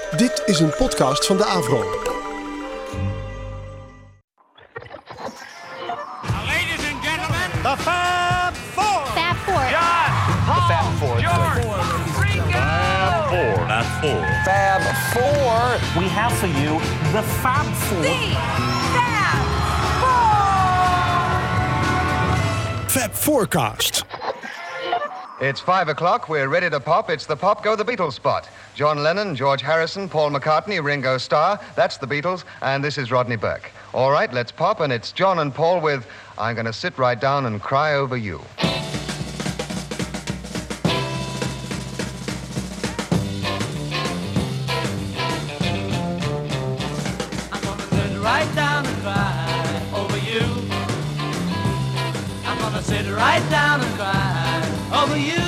Dit is een podcast van de AVRO. Ladies and gentlemen, The Fab Four. Fab Four. John, Paul, Fab Four. George, Ringo. Fab Four. Fab Four. We have for you the Fab Four. Fab Fab Forecast. It's 5 o'clock. We're ready to pop. It's the Pop Go the Beatles spot. John Lennon, George Harrison, Paul McCartney, Ringo Starr. That's the Beatles. And this is Rodney Burke. All right, let's pop. And it's John and Paul with I'm Gonna Sit Right Down and Cry Over You. I'm gonna sit right down and cry over you. I'm gonna sit right down and cry over you.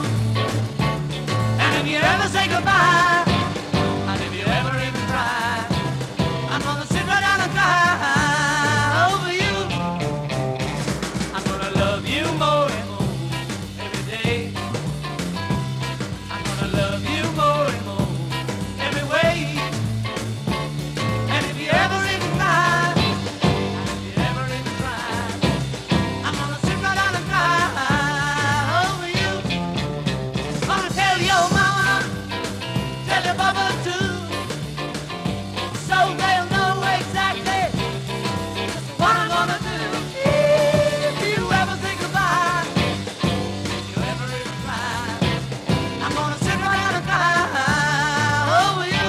And if you ever say goodbye, and if you ever even try, I'm gonna sit right down and cry over you. I'm gonna love you more and more every day. I'm gonna love you more and more every way. And if you ever even cry, and if you ever even try, I'm gonna sit right down and cry over you. Gonna tell your mama, tell your papa too, so they'll know exactly what I'm gonna do. If you ever think goodbye, if you ever even try, I'm gonna sit right down and cry over you.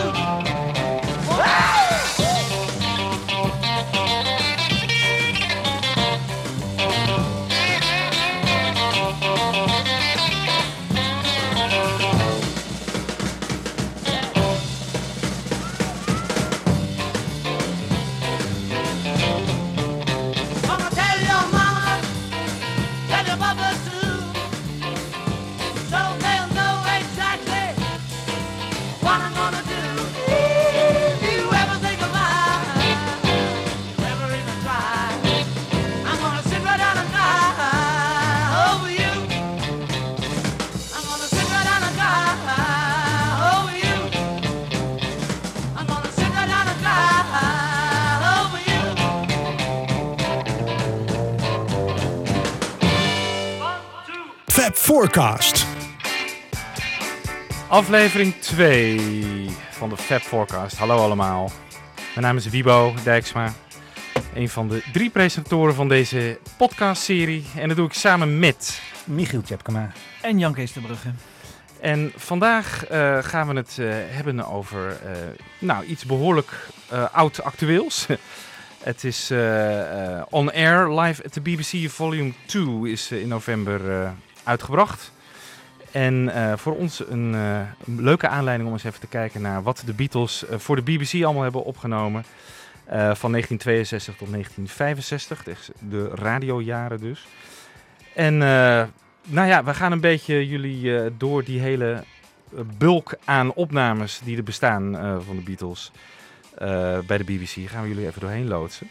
Gonna tell your mama, tell your papa too, so they'll know exactly what I'm gonna do. If you ever think goodbye, if you ever even try, I'm gonna sit right down and cry over you. I'm gonna sit right down and cry over you. I'm gonna sit right down and cry over you. 1, 2. Fab Forecast. Aflevering 2 van de Fab Forecast. Hallo allemaal. Mijn naam is Wibo Dijksma. Een van de 3 presentatoren van deze podcastserie. En dat doe ik samen met... Michiel Tjepkema. En Jan Kees de Brugge. En vandaag gaan we het hebben over iets behoorlijk oud-actueels. Het is On Air, live at the BBC Volume 2 is in november uitgebracht. En voor ons een leuke aanleiding om eens even te kijken naar wat de Beatles voor de BBC allemaal hebben opgenomen. Van 1962 tot 1965, de radiojaren dus. En we gaan een beetje jullie door die hele bulk aan opnames die er bestaan van de Beatles bij de BBC. Gaan we jullie even doorheen loodsen.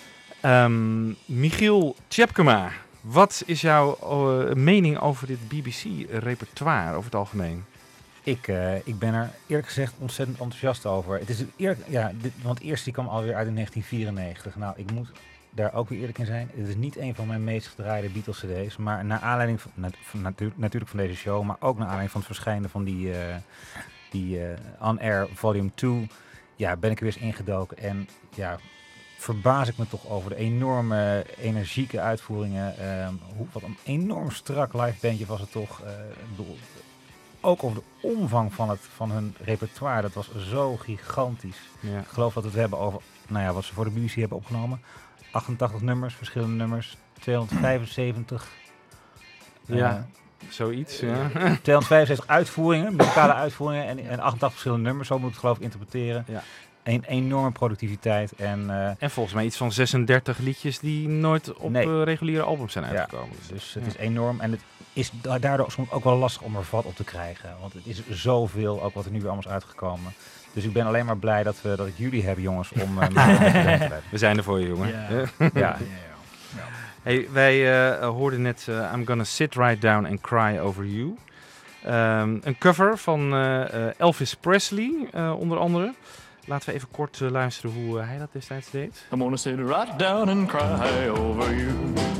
Michiel Tjepkema, wat is jouw mening over dit BBC-repertoire over het algemeen? Ik ben er eerlijk gezegd ontzettend enthousiast over. Het is want eerst die kwam alweer uit in 1994. Nou, ik moet daar ook weer eerlijk in zijn. Het is niet een van mijn meest gedraaide Beatles CD's, maar naar aanleiding van natuurlijk van deze show, maar ook naar aanleiding van het verschijnen van die On Air Volume 2, ben ik er weer eens ingedoken en verbaas ik me toch over de enorme energieke uitvoeringen. Wat een enorm strak live bandje was het toch. Ook over de omvang van hun repertoire. Dat was zo gigantisch. Ja. Ik geloof dat we het hebben over wat ze voor de BBC hebben opgenomen. 88 nummers, verschillende nummers. 275. Zoiets, ja. 275 uitvoeringen, muzikale uitvoeringen en 88 verschillende nummers. Zo moet ik het geloof ik interpreteren. Ja. Een enorme productiviteit. En volgens mij iets van 36 liedjes die nooit op reguliere albums zijn uitgekomen. Dus het is enorm. En het is daardoor soms ook wel lastig om er vat op te krijgen. Want het is zoveel, ook wat er nu weer allemaal is uitgekomen. Dus ik ben alleen maar blij dat ik jullie heb, jongens, om we zijn er voor je, jongen. Ja. Hey, wij hoorden net I'm Gonna Sit Right Down and Cry Over You. Een cover van Elvis Presley, onder andere. Laten we even kort luisteren hoe hij dat destijds deed. I'm gonna sit right down and cry over you.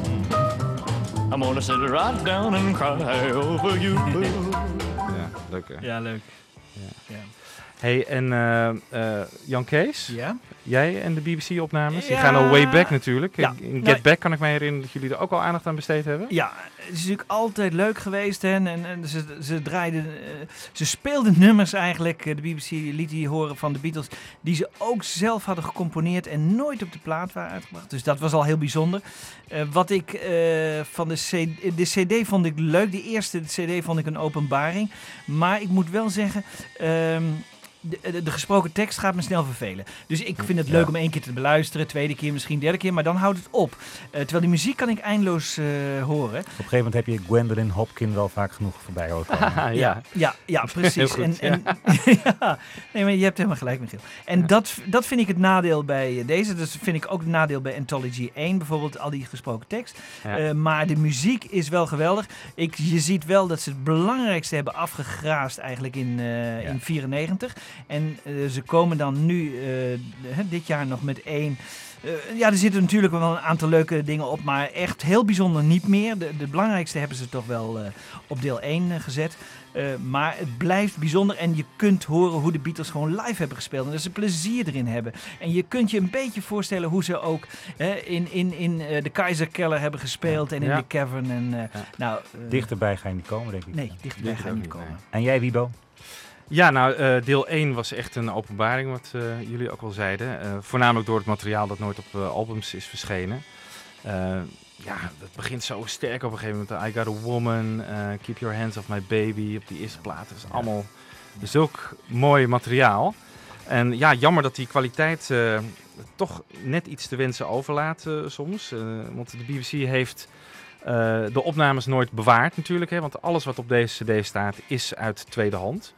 I'm gonna sit right down and cry over you. Ja, leuk hè? Ja, leuk. Ja. Hey, en Jan Kees, Ja? jij en de BBC-opnames, die Ja. gaan al way back natuurlijk. Ja. In Get Back kan ik mij herinneren dat jullie er ook al aandacht aan besteed hebben. Ja, het is natuurlijk altijd leuk geweest. Hè? En ze draaiden, ze speelden nummers eigenlijk. De BBC liet die horen van de Beatles, die ze ook zelf hadden gecomponeerd en nooit op de plaat waren uitgebracht. Dus dat was al heel bijzonder. Wat ik van de CD vond ik leuk. De eerste CD vond ik een openbaring. Maar ik moet wel zeggen, de gesproken tekst gaat me snel vervelen. Dus ik vind het leuk om 1 keer te beluisteren, 2e keer, misschien 3e keer, maar dan houdt het op. Terwijl die muziek kan ik eindeloos horen. Op een gegeven moment heb je Gwendolyn Hopkins wel vaak genoeg voorbij horen komen. Ja, precies. Heel goed, Ja, nee, maar je hebt helemaal gelijk, Michiel. En dat vind ik het nadeel bij deze. Dus vind ik ook het nadeel bij Anthology 1, bijvoorbeeld al die gesproken tekst. Ja. Maar de muziek is wel geweldig. Je ziet wel dat ze het belangrijkste hebben afgegraast eigenlijk in 1994. En ze komen dan nu dit jaar nog met 1. Er zitten natuurlijk wel een aantal leuke dingen op, maar echt heel bijzonder niet meer. De belangrijkste hebben ze toch wel op deel 1 gezet. Maar het blijft bijzonder en je kunt horen hoe de Beatles gewoon live hebben gespeeld. En dat ze plezier erin hebben. En je kunt je een beetje voorstellen hoe ze ook in de Keizerkeller hebben gespeeld en in de Cavern. En, Dichterbij ga je niet komen, denk ik. Nee, dichterbij ga je niet komen. En jij, Wiebo? Ja, nou, deel 1 was echt een openbaring, wat jullie ook al zeiden. Voornamelijk door het materiaal dat nooit op albums is verschenen. Het begint zo sterk op een gegeven moment. I Got a Woman, Keep Your Hands Off My Baby, op die eerste plaat. Dat is allemaal zulk mooi materiaal. En ja, jammer dat die kwaliteit toch net iets te wensen overlaat soms. Want de BBC heeft de opnames nooit bewaard natuurlijk. Hè, want alles wat op deze cd staat is uit tweede hand.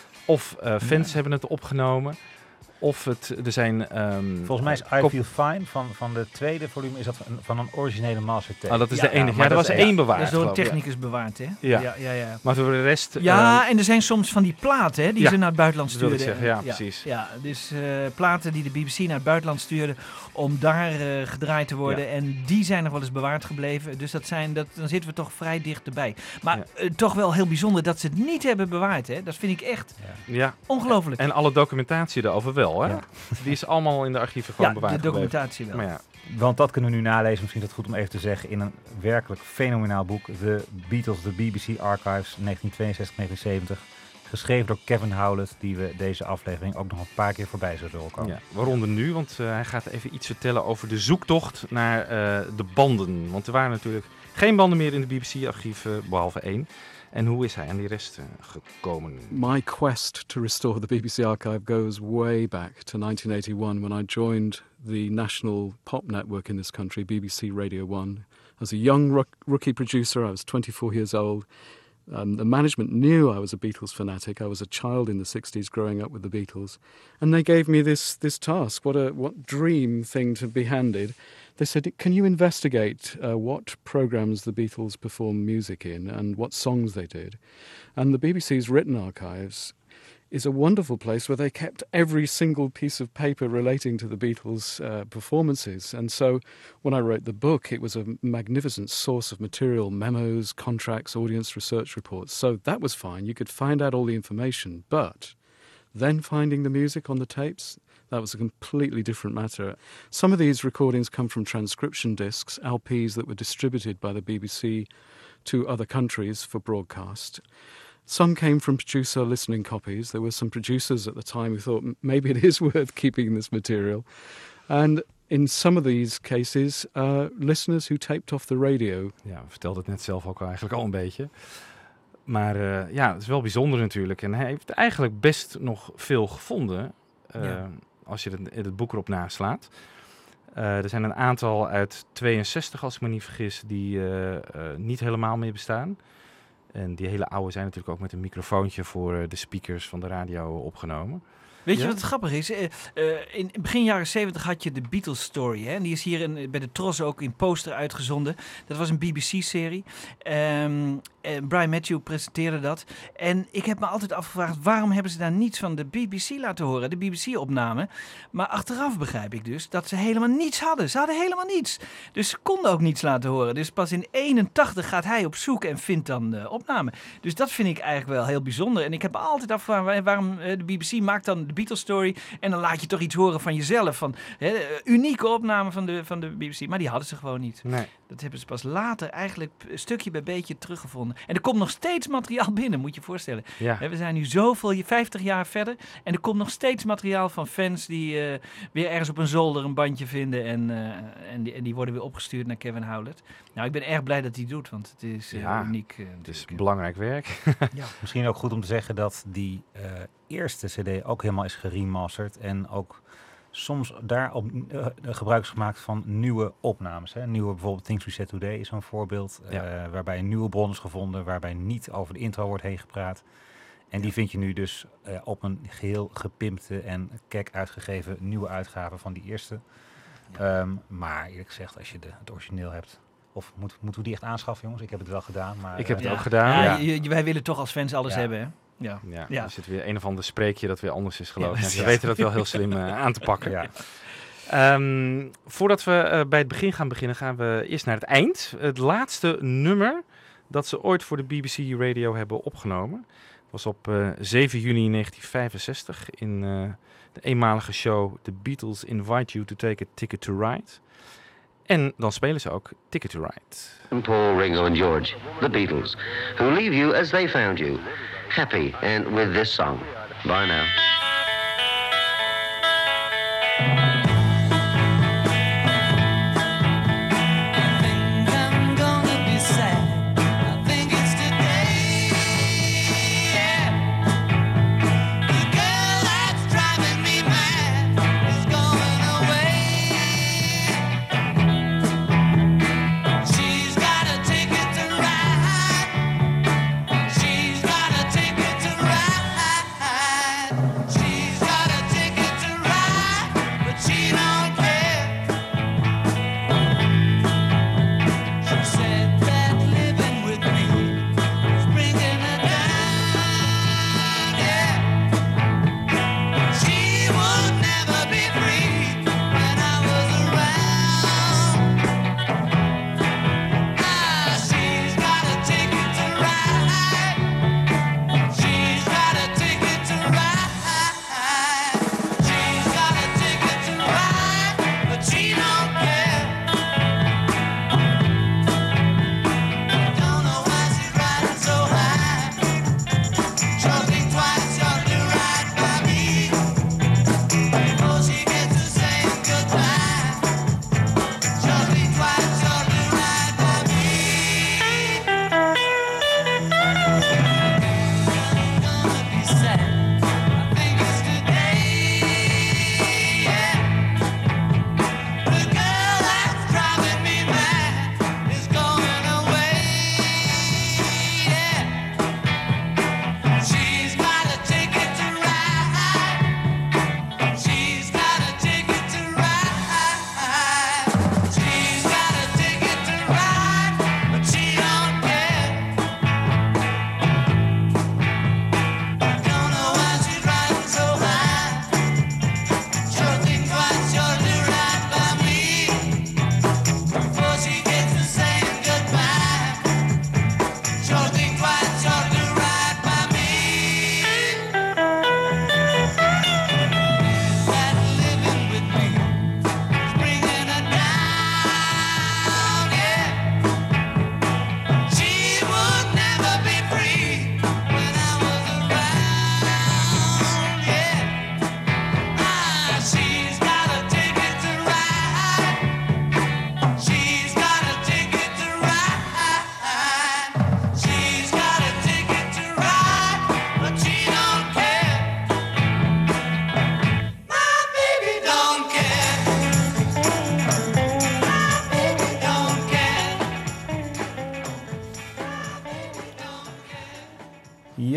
Of fans hebben het opgenomen. Of er zijn... Volgens mij is I Feel Fine van de tweede volume is dat van een originele mastertape. Oh, dat is de enige. Maar er was 1 bewaard. Dat is door een technicus bewaard, hè? Ja. Maar voor de rest... Ja, en er zijn soms van die platen hè, die ze naar het buitenland stuurden. Dat wil ik zeggen, precies. Ja, dus platen die de BBC naar het buitenland stuurde om daar gedraaid te worden. Ja. En die zijn nog wel eens bewaard gebleven. Dus dan zitten we toch vrij dicht erbij. Maar toch wel heel bijzonder dat ze het niet hebben bewaard. Hè? Dat vind ik echt ongelooflijk. En alle documentatie erover wel. Hè? Ja. Die is allemaal in de archieven gewoon bewaard gebleven. Ja, de documentatie wel. Maar want dat kunnen we nu nalezen. Misschien is het goed om even te zeggen. In een werkelijk fenomenaal boek. The Beatles, The BBC Archives 1962-1970. Geschreven door Kevin Howlett. Die we deze aflevering ook nog een paar keer voorbij zullen komen. Ja, waaronder nu. Want hij gaat even iets vertellen over de zoektocht naar de banden. Want er waren natuurlijk geen banden meer in de BBC-archieven. Behalve 1. En hoe is hij aan die rest gekomen? My quest to restore the BBC archive goes way back to 1981 when I joined the national pop network in this country, BBC Radio 1. As a young rookie producer, I was 24 years old. The management knew I was a Beatles fanatic. I was a child in the 60s growing up with the Beatles. And they gave me this task. What dream thing to be handed. They said, can you investigate what programs the Beatles performed music in and what songs they did? And the BBC's written archives is a wonderful place where they kept every single piece of paper relating to the Beatles' performances. And so when I wrote the book, it was a magnificent source of material, memos, contracts, audience research reports. So that was fine. You could find out all the information. But then finding the music on the tapes, that was a completely different matter. Some of these recordings come from transcription discs, LPs that were distributed by the BBC to other countries for broadcast. Some came from producer listening copies. There were some producers at the time who thought maybe it is worth keeping this material. And in some of these cases, listeners who taped off the radio. Ja, vertelde het net zelf ook eigenlijk al een beetje. Maar het is wel bijzonder natuurlijk. En hij heeft eigenlijk best nog veel gevonden. Als je het boek erop naslaat. Er zijn een aantal uit 62, als ik me niet vergis, die niet helemaal meer bestaan. En die hele oude zijn natuurlijk ook met een microfoontje voor de speakers van de radio opgenomen. Weet je Ja? wat het grappig is? In begin jaren 70 had je de Beatles Story. Hè? En die is hier bij de Tros ook in poster uitgezonden. Dat was een BBC-serie. Brian Matthew presenteerde dat. En ik heb me altijd afgevraagd, waarom hebben ze daar niets van de BBC laten horen? De BBC-opname. Maar achteraf begrijp ik dus dat ze helemaal niets hadden. Ze hadden helemaal niets. Dus ze konden ook niets laten horen. Dus pas in 81 gaat hij op zoek en vindt dan de opname. Dus dat vind ik eigenlijk wel heel bijzonder. En ik heb me altijd afgevraagd waarom de BBC maakt dan de Beatles Story en dan laat je toch iets horen van jezelf. Van unieke opname van de BBC. Maar die hadden ze gewoon niet. Nee. Dat hebben ze pas later eigenlijk stukje bij beetje teruggevonden. En er komt nog steeds materiaal binnen, moet je je voorstellen. Ja. We zijn nu 50 jaar verder en er komt nog steeds materiaal van fans die weer ergens op een zolder een bandje vinden en die worden weer opgestuurd naar Kevin Howlett. Nou, ik ben erg blij dat hij doet, want het is uniek. Het is belangrijk werk. Ja. Misschien ook goed om te zeggen dat die eerste cd ook helemaal is geremasterd en ook soms daarop gebruik is gemaakt van nieuwe opnames. Hè. Nieuwe, bijvoorbeeld Things We Said Today is zo'n voorbeeld. Waarbij een nieuwe bron is gevonden, waarbij niet over de intro wordt heen gepraat. En die vind je nu dus op een geheel gepimpte en kek uitgegeven nieuwe uitgave van die eerste. Maar eerlijk gezegd, als je het origineel hebt, of moeten we die echt aanschaffen, jongens? Ik heb het wel gedaan. Maar, Ik heb het ook gedaan. Ja. Wij willen toch als fans alles hebben, hè? Er zit weer een of ander spreekje dat weer anders is geloof ik. Ja, Ze weten dat wel heel slim aan te pakken. Ja. Voordat we bij het begin gaan we eerst naar het eind. Het laatste nummer dat ze ooit voor de BBC Radio hebben opgenomen was op 7 juni 1965 in de eenmalige show The Beatles Invite You to Take a Ticket to Ride. En dan spelen ze ook Ticket to Ride. Paul, Ringo and George, the Beatles, who leave you as they found you, happy and with this song. Bye now.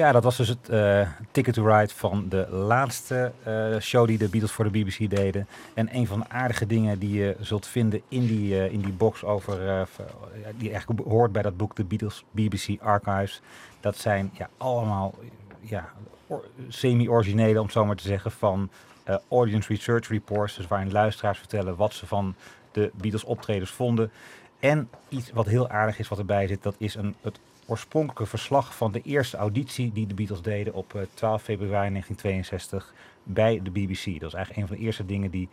Ja, dat was dus het Ticket to Ride van de laatste show die de Beatles voor de BBC deden. En een van de aardige dingen die je zult vinden in die box over, die eigenlijk hoort bij dat boek, de Beatles BBC Archives. Dat zijn allemaal semi-originele, om het zo maar te zeggen, van audience research reports. Dus waarin luisteraars vertellen wat ze van de Beatles optredens vonden. En iets wat heel aardig is wat erbij zit, dat is het oorspronkelijke verslag van de eerste auditie die de Beatles deden op 12 februari 1962 bij de BBC. Dat is eigenlijk een van de eerste dingen die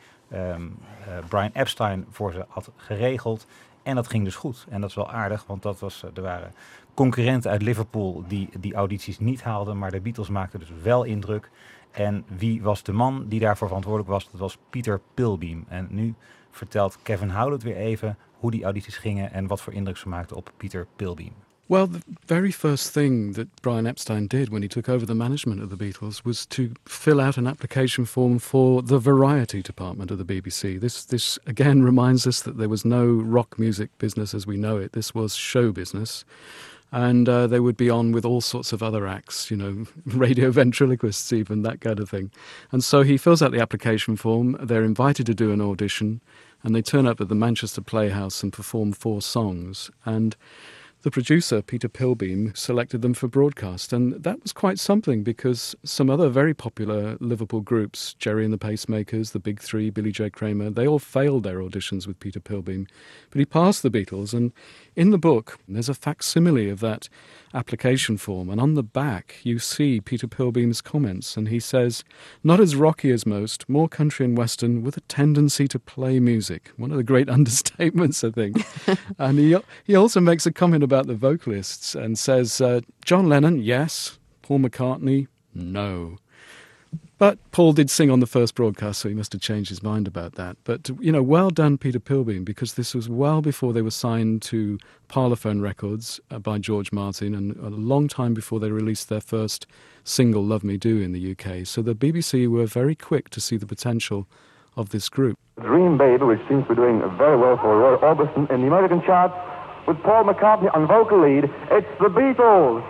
Brian Epstein voor ze had geregeld. En dat ging dus goed. En dat is wel aardig, want er waren concurrenten uit Liverpool die audities niet haalden, maar de Beatles maakten dus wel indruk. En wie was de man die daarvoor verantwoordelijk was? Dat was Peter Pilbeam. En nu vertelt Kevin Howlett weer even hoe die audities gingen en wat voor indruk ze maakten op Peter Pilbeam. Well, the very first thing that Brian Epstein did when he took over the management of the Beatles was to fill out an application form for the variety department of the BBC. This again reminds us that there was no rock music business as we know it. This was show business. And they would be on with all sorts of other acts, radio ventriloquists even, that kind of thing. And so he fills out the application form. They're invited to do an audition. And they turn up at the Manchester Playhouse and perform 4 songs. And the producer, Peter Pilbeam, selected them for broadcast. And that was quite something because some other very popular Liverpool groups, Gerry and the Pacemakers, the Big Three, Billy J. Kramer, they all failed their auditions with Peter Pilbeam. But he passed the Beatles. And in the book, there's a facsimile of that application form. And on the back, you see Peter Pilbeam's comments. And he says, "Not as rocky as most, more country and western, with a tendency to play music." One of the great understatements, I think. And he also makes a comment about the vocalists and says, John Lennon, yes. Paul McCartney, no. But Paul did sing on the first broadcast, so he must have changed his mind about that. But, well done, Peter Pilbeam, because this was well before they were signed to Parlophone Records by George Martin and a long time before they released their first single, Love Me Do, in the UK. So the BBC were very quick to see the potential of this group. Dream Baby, which seems to be doing very well for Roy Orbison in the American charts, with Paul McCartney on vocal lead. It's the Beatles.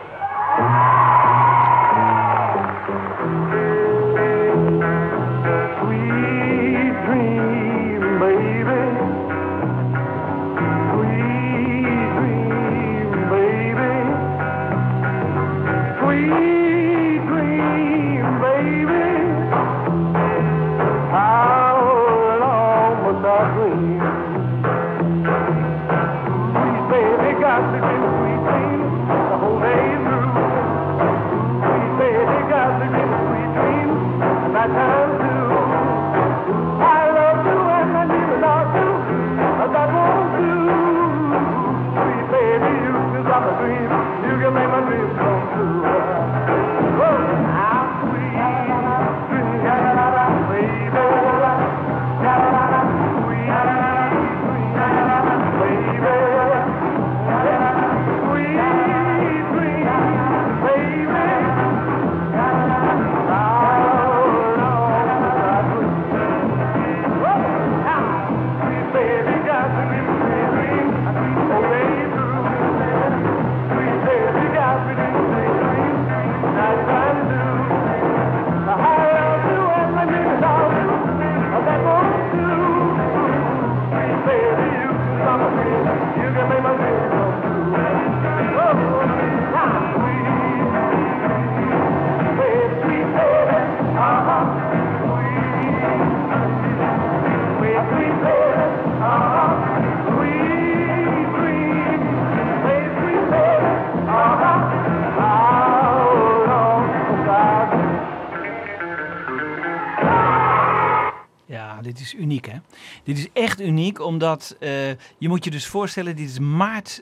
Dit is uniek, hè? Dit is echt uniek, omdat je moet je dus voorstellen, dit is maart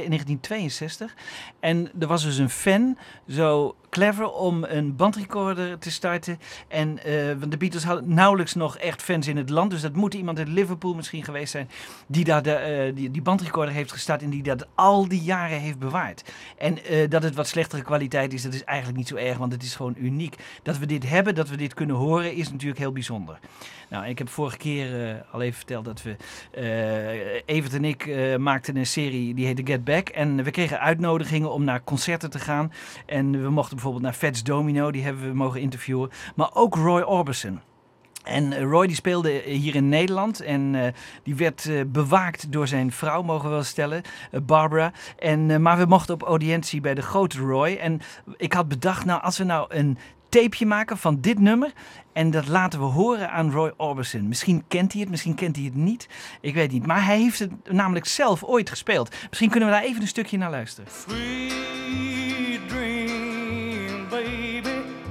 1962. En er was dus een fan, zo clever, om een bandrecorder te starten. En want de Beatles hadden nauwelijks nog echt fans in het land. Dus dat moet iemand uit Liverpool misschien geweest zijn die daar die bandrecorder heeft gestart en die dat al die jaren heeft bewaard. En dat het wat slechtere kwaliteit is, dat is eigenlijk niet zo erg, want het is gewoon uniek. Dat we dit hebben, dat we dit kunnen horen, is natuurlijk heel bijzonder. Nou, ik heb vorige keer al even verteld dat we... Evert en ik maakten een serie die heette Get Back. En we kregen uitnodigingen om naar concerten te gaan. En we mochten bijvoorbeeld naar Fats Domino, die hebben we mogen interviewen. Maar ook Roy Orbison. En Roy die speelde hier in Nederland en die werd bewaakt door zijn vrouw, mogen we wel stellen, Barbara. Maar we mochten op audiëntie bij de grote Roy. En ik had bedacht, nou als we nou een tapeje maken van dit nummer en dat laten we horen aan Roy Orbison. Misschien kent hij het, misschien kent hij het niet. Ik weet niet, maar hij heeft het namelijk zelf ooit gespeeld. Misschien kunnen we daar even een stukje naar luisteren. Sweet dream, baby.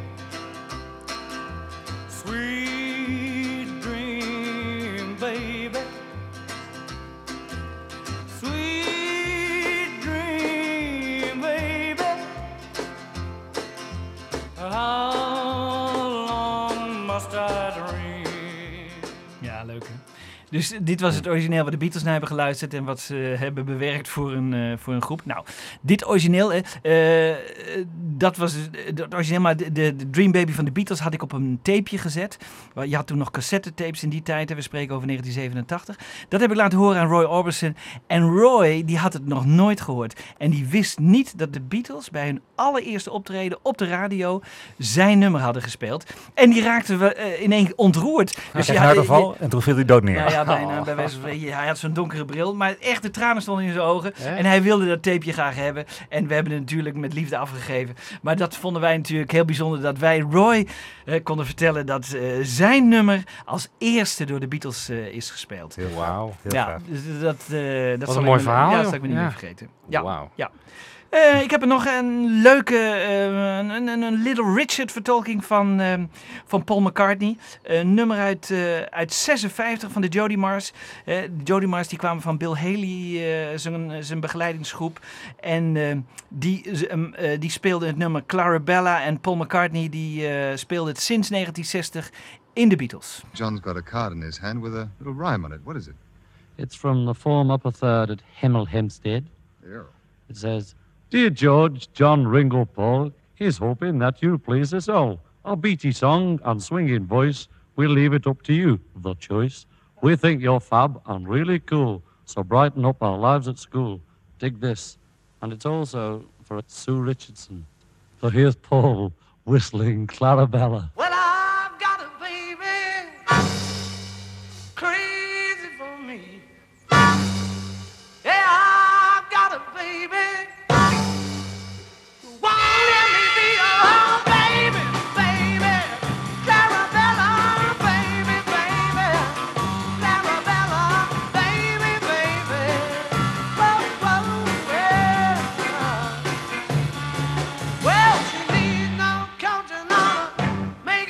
Sweet dream, baby. Sweet dream, baby. How long must I dream? Ja, leuk hè? Dus dit was het origineel wat de Beatles naar hebben geluisterd en wat ze hebben bewerkt voor een groep. Nou, dit origineel, dat was het origineel, maar de Dream Baby van de Beatles had ik op een tapeje gezet. Je had toen nog cassettetapes in die tijd, we spreken over 1987. Dat heb ik laten horen aan Roy Orbison. En Roy, die had het nog nooit gehoord. En die wist niet dat de Beatles bij hun allereerste optreden op de radio zijn nummer hadden gespeeld. En die raakten ineens ontroerd. Dus hij kreeg een hartaanval en toen viel hij dood neer. Ja, bijna. Bij wijze van spreken. Hij had zo'n donkere bril, maar echt de tranen stonden in zijn ogen. En hij wilde dat tapeje graag hebben. En we hebben het natuurlijk met liefde afgegeven. Maar dat vonden wij natuurlijk heel bijzonder, dat wij Roy konden vertellen dat zijn nummer als eerste door de Beatles is gespeeld. Wauw, heel gaaf. Dat was een mooi verhaal. Ja, dat zal ik me niet meer vergeten. Ja, wauw. Ja. Ik heb er nog een leuke een Little Richard vertolking van Paul McCartney. Een nummer uit 56 van de Jody Mars. De Jody Mars die kwamen van Bill Haley, zijn begeleidingsgroep. En die speelde het nummer Clarabella. En Paul McCartney die speelde het sinds 1960 in de Beatles. John's got a card in his hand with a little rhyme on it. What is it? It's from the form upper third at Hemel Hempstead. Yeah. It says, Dear George, John, Ringo, Paul, here's hoping that you'll please us all. Our beaty song and swinging voice, we'll leave it up to you, the choice. We think you're fab and really cool, so brighten up our lives at school. Dig this. And it's also for Sue Richardson. So here's Paul whistling Clarabella. Well, I've got a baby crazy for me. Yeah, I've got a baby. Make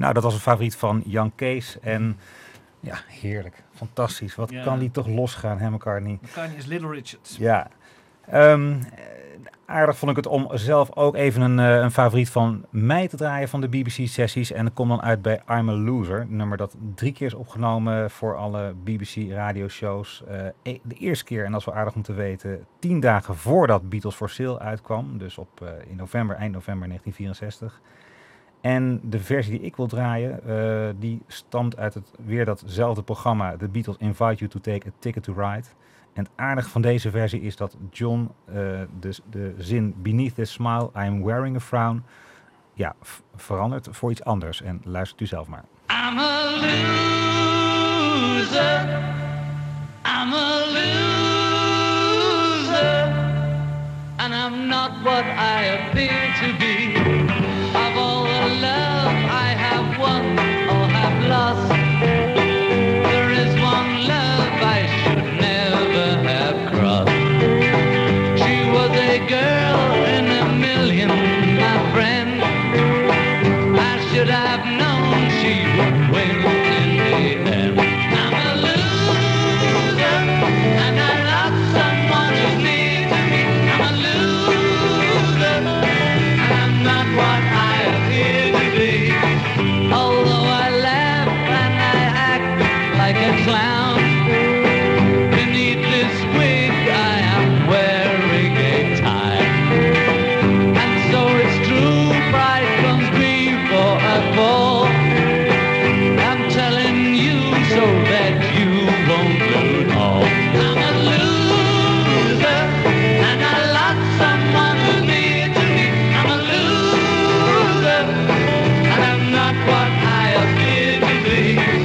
Nou, dat was een favoriet van Jan Kees. En ja, heerlijk. Fantastisch. Wat kan die toch losgaan, hè, McCartney? McCartney is Little Richard. Ja. Aardig vond ik het om zelf ook even een favoriet van mij te draaien van de BBC-sessies. En dat komt dan uit bij I'm a Loser. Een nummer dat 3 keer is opgenomen voor alle BBC-radioshows. De eerste keer, en dat is wel aardig om te weten, 10 dagen voordat Beatles for Sale uitkwam. Dus in november, eind november 1964. En de versie die ik wil draaien, die stamt uit weer datzelfde programma. The Beatles Invite You to Take a Ticket to Ride. En het aardige van deze versie is dat John de zin Beneath this smile, I'm wearing a frown, ja, verandert voor iets anders. En luistert u zelf maar. I'm a loser. I'm a loser. And I'm not what I appear to be. Of all the love I have won or have lost, there is one love I should never have crossed. She was a girl in a million, my friend. I should have known she would win in the end. I'm a loser, and I lost someone who's near to me. I'm a loser, and I'm not what I appear to be. Although I laugh and I act like a clown, beneath this wig I am wearing a tie. And so it's true, pride comes before a fall. I'm telling you so that you won't lose all. I'm a loser, and I lost someone who's near to me. I'm a loser, and I'm not what I appear to be.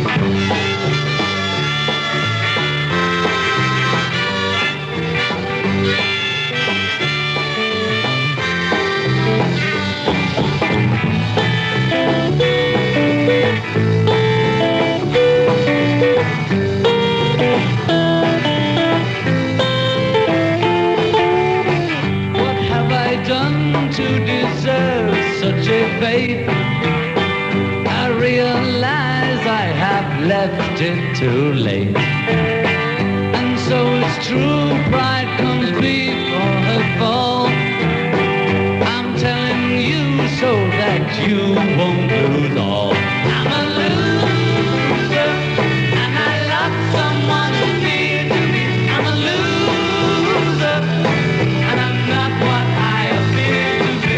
What have I done to deserve such a fate? I realize I have left it too late. And so it's true, pride comes before her fall. I'm telling you so that you won't lose all. I'm a loser, and I lost someone who's near to me. I'm a loser, and I'm not what I appear to be.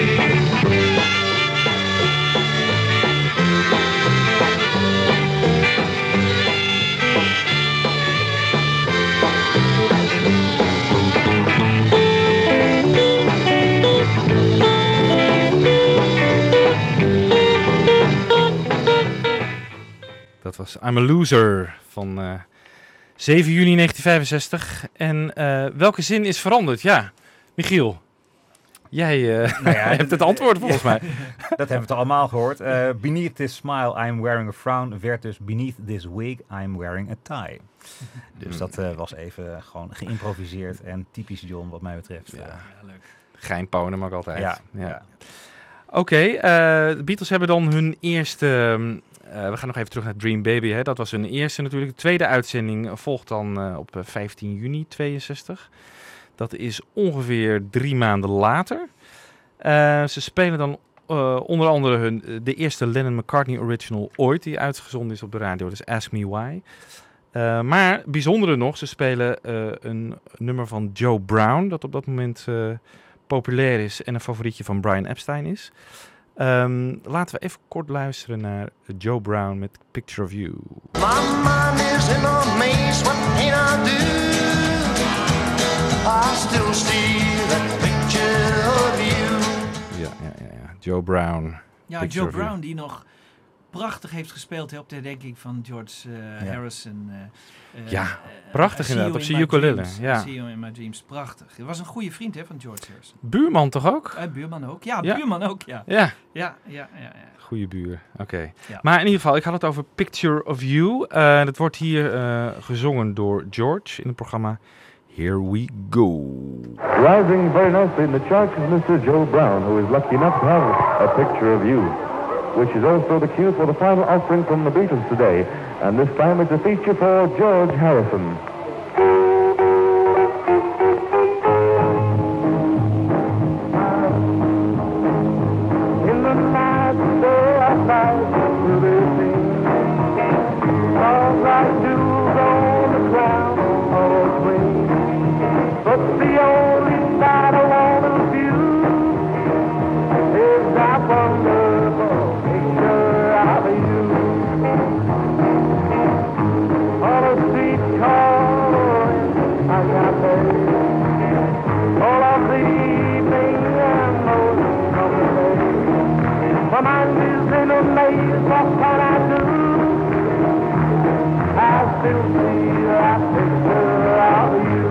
Dat was I'm a Loser van 7 juni 1965. En welke zin is veranderd? Ja, Michiel, jij hebt het antwoord volgens mij. Dat hebben we toch allemaal gehoord. Beneath this smile, I'm wearing a frown, werd dus beneath this wig, I'm wearing a tie. Dus dat was even gewoon geïmproviseerd en typisch John wat mij betreft. Ja, leuk. Gein mag altijd. Ja. Oké, de Beatles hebben dan hun eerste... we gaan nog even terug naar Dream Baby. Hè. Dat was hun eerste natuurlijk. De tweede uitzending volgt dan op 15 juni 62. Dat is ongeveer 3 maanden later. Ze spelen dan onder andere de eerste Lennon-McCartney original ooit die uitgezonden is op de radio. Dus Ask Me Why. Maar bijzondere nog, ze spelen een nummer van Joe Brown, dat op dat moment populair is en een favorietje van Brian Epstein is. Laten we even kort luisteren naar Joe Brown met Picture of You. My mind is in a maze, what can I do? I still see that picture of you. Ja. Joe Brown. Ja, Joe Brown die nog prachtig heeft gespeeld op de herdenking van George Harrison. Prachtig inderdaad, op zijn ukulele. Ja. See You in My Dreams, prachtig. Hij was een goede vriend van George Harrison. Buurman toch ook? Buurman ook, buurman ook, ja. Ja. Goeie buur, oké. Ja. Maar in ieder geval, ik had het over Picture of You. Dat wordt hier gezongen door George in het programma Here We Go. Rising very nicely in the charts is Mr. Joe Brown, who is lucky enough to have a picture of you. which is also the cue for the final offering from the Beatles today. And this time it's a feature for George Harrison. In the night, there are lights to be seen. Songs like jewels on the crown of a queen. But the only side I want to view is that wonderful picture of you. On a streetcar in Agape, all of the evening and most of the day. My mind is in a maze, what can I do? I still see that picture of you.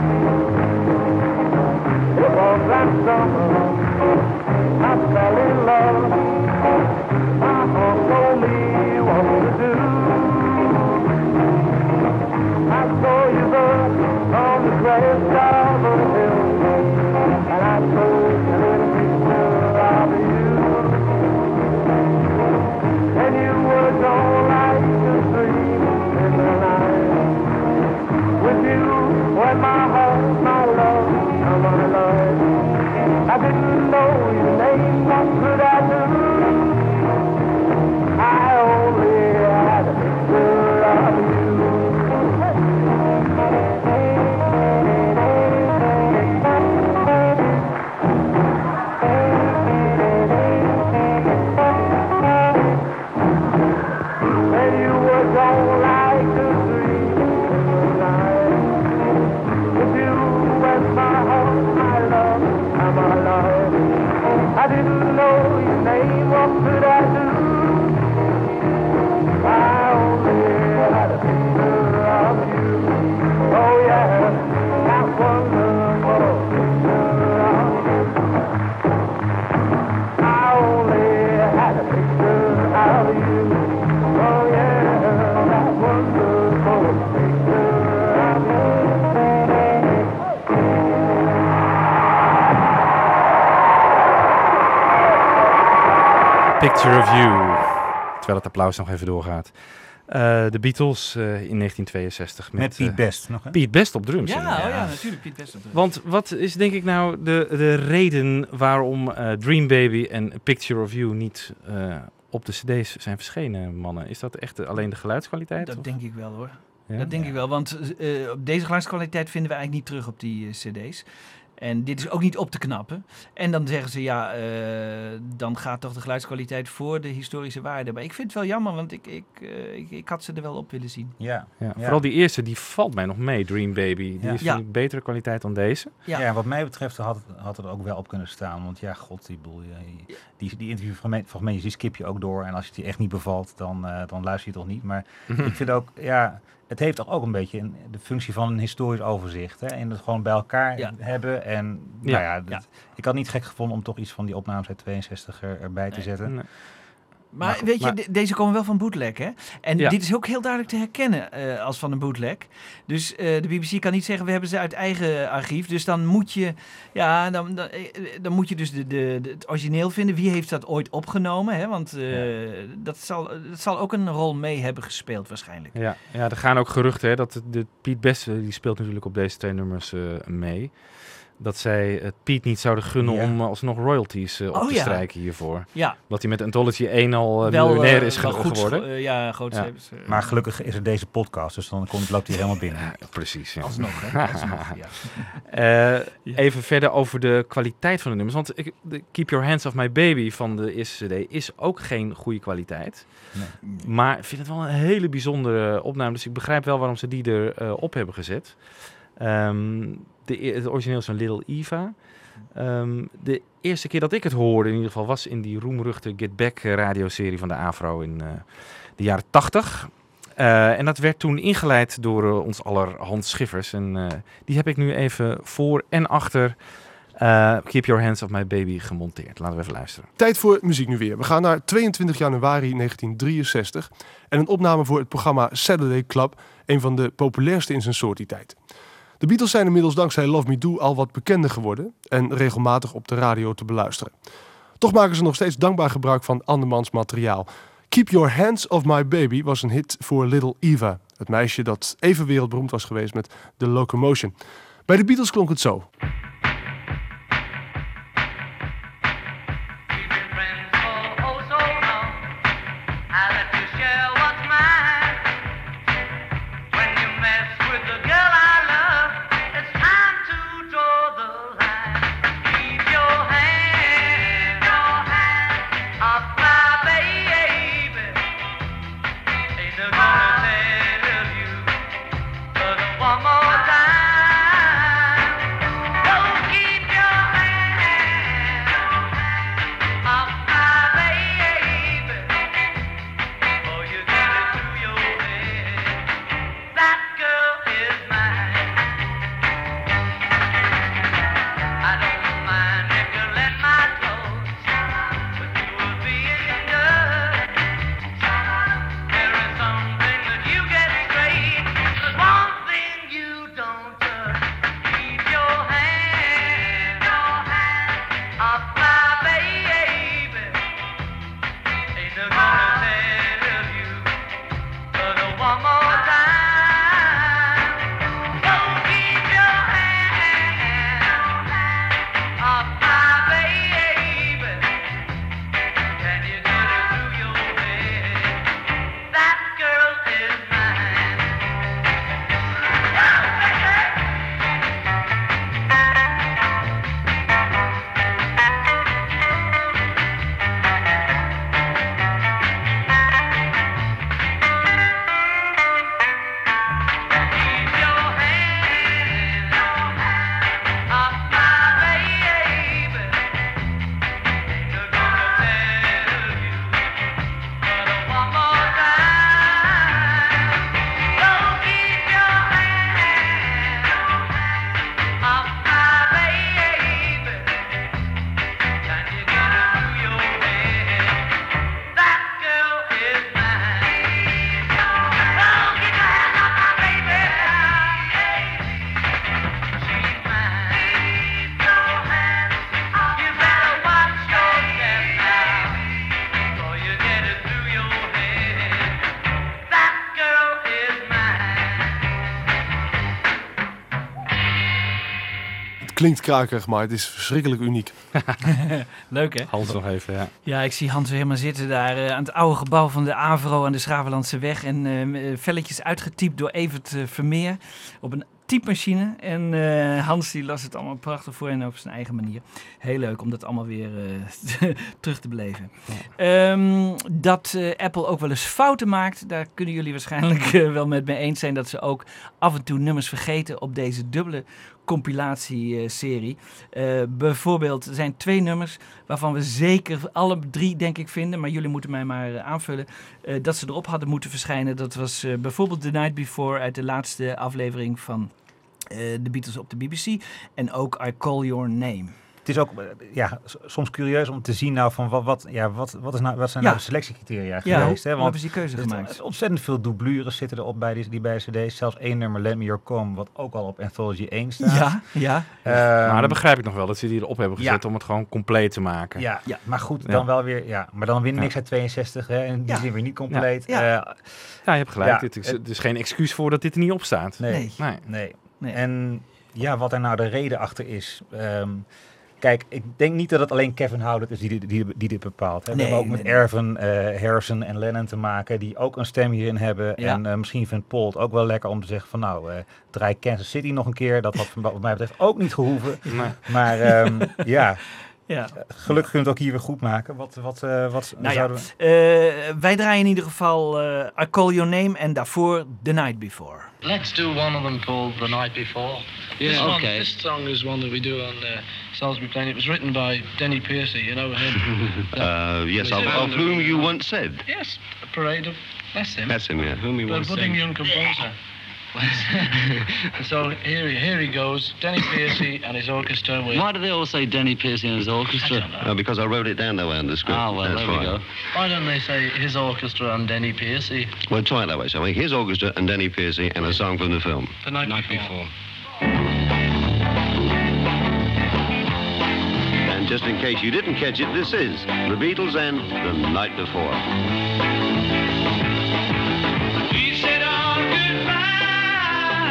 It was that summer I fell in love. My heart told me what to do. I saw you there on the crest of a hill, and I took a little picture of you. And you were gone like a dream in the night. With you when my heart, my love, and my life. I didn't know your name, what could I do? I only had a picture of you. And you were gone like a dream in the night. With you and my heart, my love, and my life. I didn't know your name, what could I do? I only had a picture of you. Oh yeah, that wonderful picture of you. I only had a picture of you. Oh yeah, that wonderful picture of you. Picture of You. Terwijl het applaus nog even doorgaat. De Beatles in 1962. Met Pete Best nog, hè? Pete Best op drums. Ja, inderdaad. oh ja, natuurlijk Pete Best op drums. Want wat is denk ik nou de reden waarom Dream Baby en Picture of You niet op de cd's zijn verschenen, mannen? Is dat echt alleen de geluidskwaliteit? Dat of? denk ik wel, hoor. Ja? Dat denk ik wel, want op deze geluidskwaliteit vinden we eigenlijk niet terug op die cd's. En dit is ook niet op te knappen. En dan zeggen ze, ja, dan gaat toch de geluidskwaliteit voor de historische waarde. Maar ik vind het wel jammer, want ik had ze er wel op willen zien. Ja. Vooral die eerste, die valt mij nog mee, Dream Baby. Die is vind ik betere kwaliteit dan deze. Ja, wat mij betreft had het ook wel op kunnen staan. Want ja, god, die interviewfragmentjes, die skip je ook door. En als je die echt niet bevalt, dan luister je toch niet. Maar ik vind ook, ja, het heeft toch ook een beetje de functie van een historisch overzicht. Hè? En het gewoon bij elkaar hebben. En ik had niet gek gevonden om toch iets van die opnames uit 62 erbij te zetten. Nee. Maar weet je, deze komen wel van bootleg, hè? En dit is ook heel duidelijk te herkennen als van een bootleg. Dus de BBC kan niet zeggen, we hebben ze uit eigen archief. Dus dan moet je, dan moet je dus het origineel vinden. Wie heeft dat ooit opgenomen? Hè? Want dat zal ook een rol mee hebben gespeeld waarschijnlijk. Ja, er gaan ook geruchten, hè, dat de Pete Best, die speelt natuurlijk op deze twee nummers mee. Dat zij het Pete niet zouden gunnen om alsnog royalties op te strijken hiervoor. Ja. Dat hij met Anthology 1 al miljonair is geworden. Maar gelukkig is er deze podcast, dus dan loopt hij helemaal binnen. Ja, precies. Ja. Alsnog, hè? Even verder over de kwaliteit van de nummers. Want de Keep Your Hands Off My Baby van de eerste CD is ook geen goede kwaliteit. Nee. Maar ik vind het wel een hele bijzondere opname. Dus ik begrijp wel waarom ze die erop hebben gezet. Het origineel is van Little Eva. De eerste keer dat ik het hoorde in ieder geval was in die roemruchte Get Back radioserie van de AVRO in de jaren 80. En dat werd toen ingeleid door ons aller Hans Schiffers. En die heb ik nu even voor en achter Keep Your Hands Off My Baby gemonteerd. Laten we even luisteren. Tijd voor muziek nu weer. We gaan naar 22 januari 1963 en een opname voor het programma Saturday Club, een van de populairste in zijn soort die tijd. De Beatles zijn inmiddels dankzij Love Me Do al wat bekender geworden en regelmatig op de radio te beluisteren. Toch maken ze nog steeds dankbaar gebruik van andermans materiaal. Keep Your Hands Off My Baby was een hit voor Little Eva. Het meisje dat even wereldberoemd was geweest met The Locomotion. Bij de Beatles klonk het zo. Klinkt krakerig, maar het is verschrikkelijk uniek. Leuk, hè? Hans nog even, ja. Ja, ik zie Hans weer helemaal zitten daar aan het oude gebouw van de AVRO aan de Schravenlandse weg. En velletjes uitgetypt door Evert Vermeer op een typemachine. En Hans die las het allemaal prachtig voor en op zijn eigen manier. Heel leuk om dat allemaal weer terug te beleven. Ja. Dat Apple ook wel eens fouten maakt, daar kunnen jullie waarschijnlijk wel met me eens zijn. Dat ze ook af en toe nummers vergeten op deze dubbele compilatieserie. Bijvoorbeeld, er zijn 2 nummers waarvan we zeker alle 3 denk ik vinden, maar jullie moeten mij maar aanvullen, dat ze erop hadden moeten verschijnen. Dat was bijvoorbeeld The Night Before uit de laatste aflevering van de Beatles op de BBC en ook I Call Your Name. Het is ook soms curieus om te zien nou van wat zijn nou de selectiecriteria geweest. Hè? Want hebben ze die keuze gemaakt? Ontzettend veel doublures zitten erop bij die bij cd's. Zelfs 1 nummer, Let Me Your Come, wat ook al op Anthology 1 staat. Ja. Maar dat begrijp ik nog wel, dat ze die erop hebben gezet om het gewoon compleet te maken. Ja. Maar goed, dan wel weer, maar dan weer niks uit 62, hè? En die zijn weer niet compleet. Ja, je hebt gelijk. Het is geen excuus voor dat dit er niet op staat. Nee. En wat er nou de reden achter is. Kijk, ik denk niet dat het alleen Kevin Howlett is die dit bepaalt. Hè. We hebben ook met Erwin, Harrison en Lennon te maken, die ook een stem hierin hebben. Ja. En misschien vindt Paul het ook wel lekker om te zeggen van draai Kansas City nog een keer. Dat had wat mij betreft ook niet gehoeven. Nee. Maar gelukkig kunnen we het ook hier weer goed maken. Wij draaien in ieder geval I Call Your Name en daarvoor The Night Before. Let's do one of them called The Night Before. Yeah, this song is one that we do on Salisbury Plain. It was written by Denny Piercy, you know him. Yes, of whom you once said. Yes, a parade of... That's him. That's him, yeah. Whom he once said. A budding young composer. So here he goes, Denny Piercy and his orchestra. Why do they all say Denny Piercy and his orchestra? Because I wrote it down that way on the script. Ah, well, there we go. Why don't they say his orchestra and Denny Piercy? Well, try it that way, shall we? His orchestra and Denny Piercy and a song from the film. The Night Before. And Just in case you didn't catch it, this is The Beatles and The Night Before. We said our goodbye.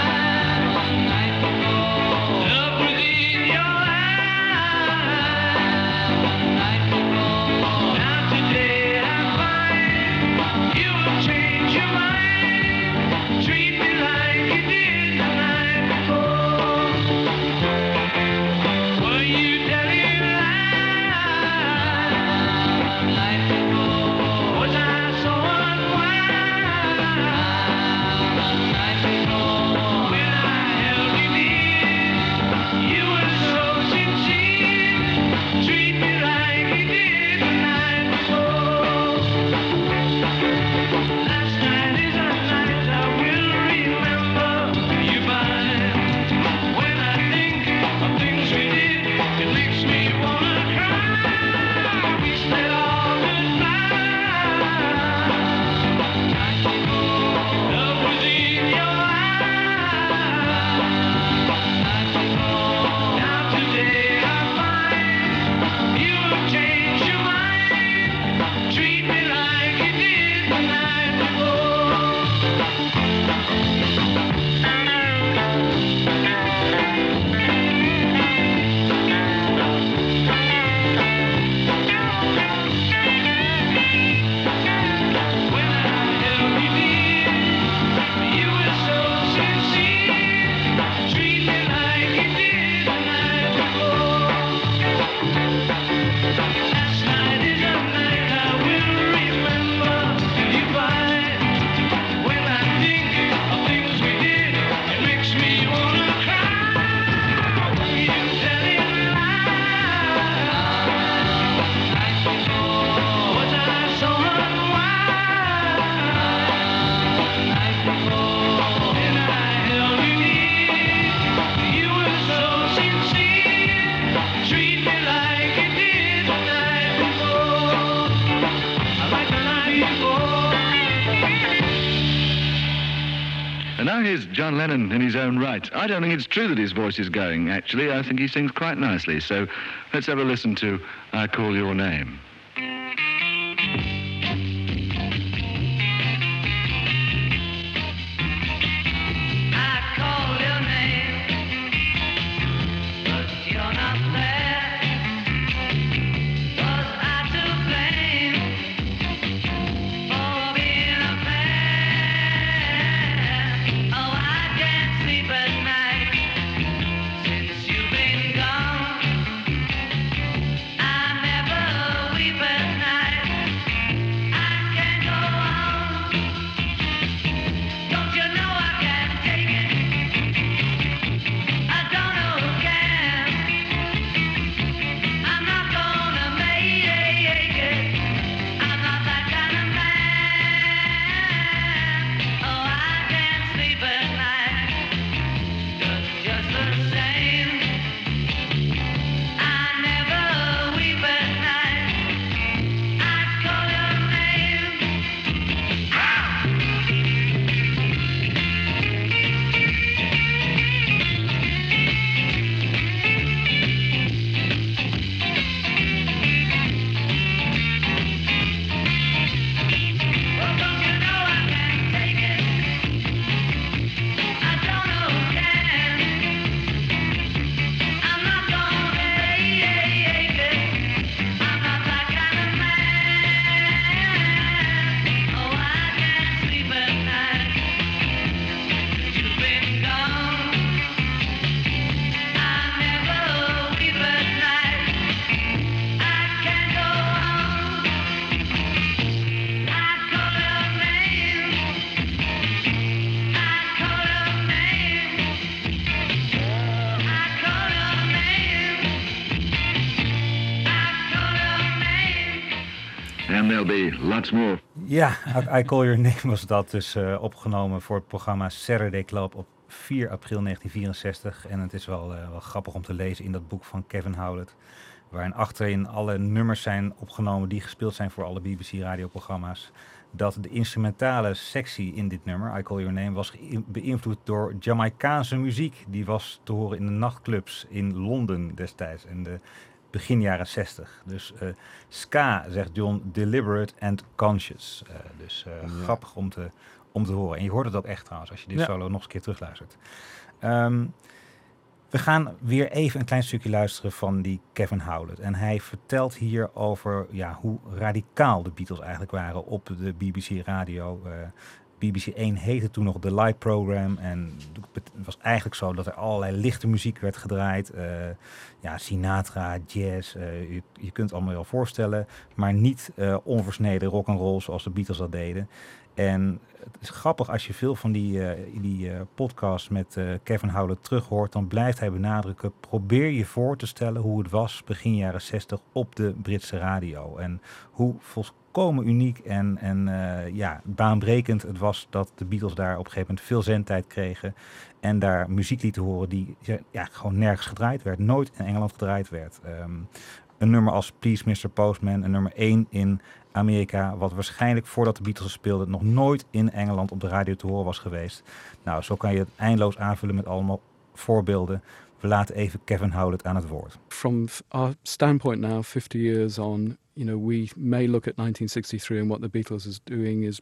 Love within your eyes. Now today I find you will change your mind. Treat me like you did the night before. Were you telling lies? Was I so unwise? When I held you near, you were so sincere. Treat me like you did the night before. Last night is a night I will remember you by. When I think of things we did, it makes me wanna cry. We said all goodbye. Love was in your eyes. Now today I find you have changed your mind. Treat me like you did the night before. When I held you near, you were so sincere. Treat me like you did the night before. Last night is a night I will remember you by. When I think of things we did, it makes me wanna cry. Were you telling lies? Was I so unwise? When I held you near, you were so sincere. Treat me like you did the night before. Like the night before. And now here's John Lennon in his own right. I don't think it's true that his voice is going, actually. I think he sings quite nicely. So let's have a listen to I Call Your Name. I call your name, but you're not there. Was I to blame for being a man? Oh, I can't sleep at night since you've been gone. I never weep at night. I can't go on. Don't you know I can't take it? I don't know who can. I'm not gonna make it. I'm not that kind of man. Oh, I can't sleep at night. Just the same. I never weep at night. I call your name. Well, don't you know I can't take it? I don't know who can. I'm not gonna make it. I'm not that kind of man. Oh, I can't sleep at night. You've been gone. I never weep at night. I can't go on. I call your name. I call your name. I call your name. I call your name. And there'll be lots more. Ja, I Call Your Name was dat dus opgenomen voor het programma Saturday Club op 4 april 1964. En het is wel grappig om te lezen in dat boek van Kevin Howlett, waarin achterin alle nummers zijn opgenomen die gespeeld zijn voor alle BBC radioprogramma's. Dat de instrumentale sectie in dit nummer, I Call Your Name, was beïnvloed door Jamaicaanse muziek. Die was te horen in de nachtclubs in Londen destijds. En de begin jaren 60. Dus ska, zegt John, deliberate and conscious. Grappig om te horen. En je hoort het ook echt trouwens, als je dit solo nog eens een keer terugluistert. We gaan weer even een klein stukje luisteren van die Kevin Howlett. En hij vertelt hier over hoe radicaal de Beatles eigenlijk waren op de BBC radio. BBC 1 heette toen nog The Light Program. En het was eigenlijk zo dat er allerlei lichte muziek werd gedraaid. Sinatra, jazz, je kunt het allemaal wel voorstellen. Maar niet onversneden rock'n'roll zoals de Beatles dat deden. En het is grappig als je veel van die podcasts met Kevin Howlett terug hoort, dan blijft hij benadrukken, probeer je voor te stellen hoe het was begin jaren 60 op de Britse radio. En hoe volkomen uniek en baanbrekend het was dat de Beatles daar op een gegeven moment veel zendtijd kregen en daar muziek lieten horen die gewoon nergens gedraaid werd, nooit in Engeland gedraaid werd. Een nummer als Please Mr. Postman, een nummer 1 in Amerika, wat waarschijnlijk voordat de Beatles speelden nog nooit in Engeland op de radio te horen was geweest. Nou, zo kan je het eindeloos aanvullen met allemaal voorbeelden. We laten even Kevin Howlett aan het woord. From our standpoint now, 50 years on, we may look at 1963 and what the Beatles is doing is,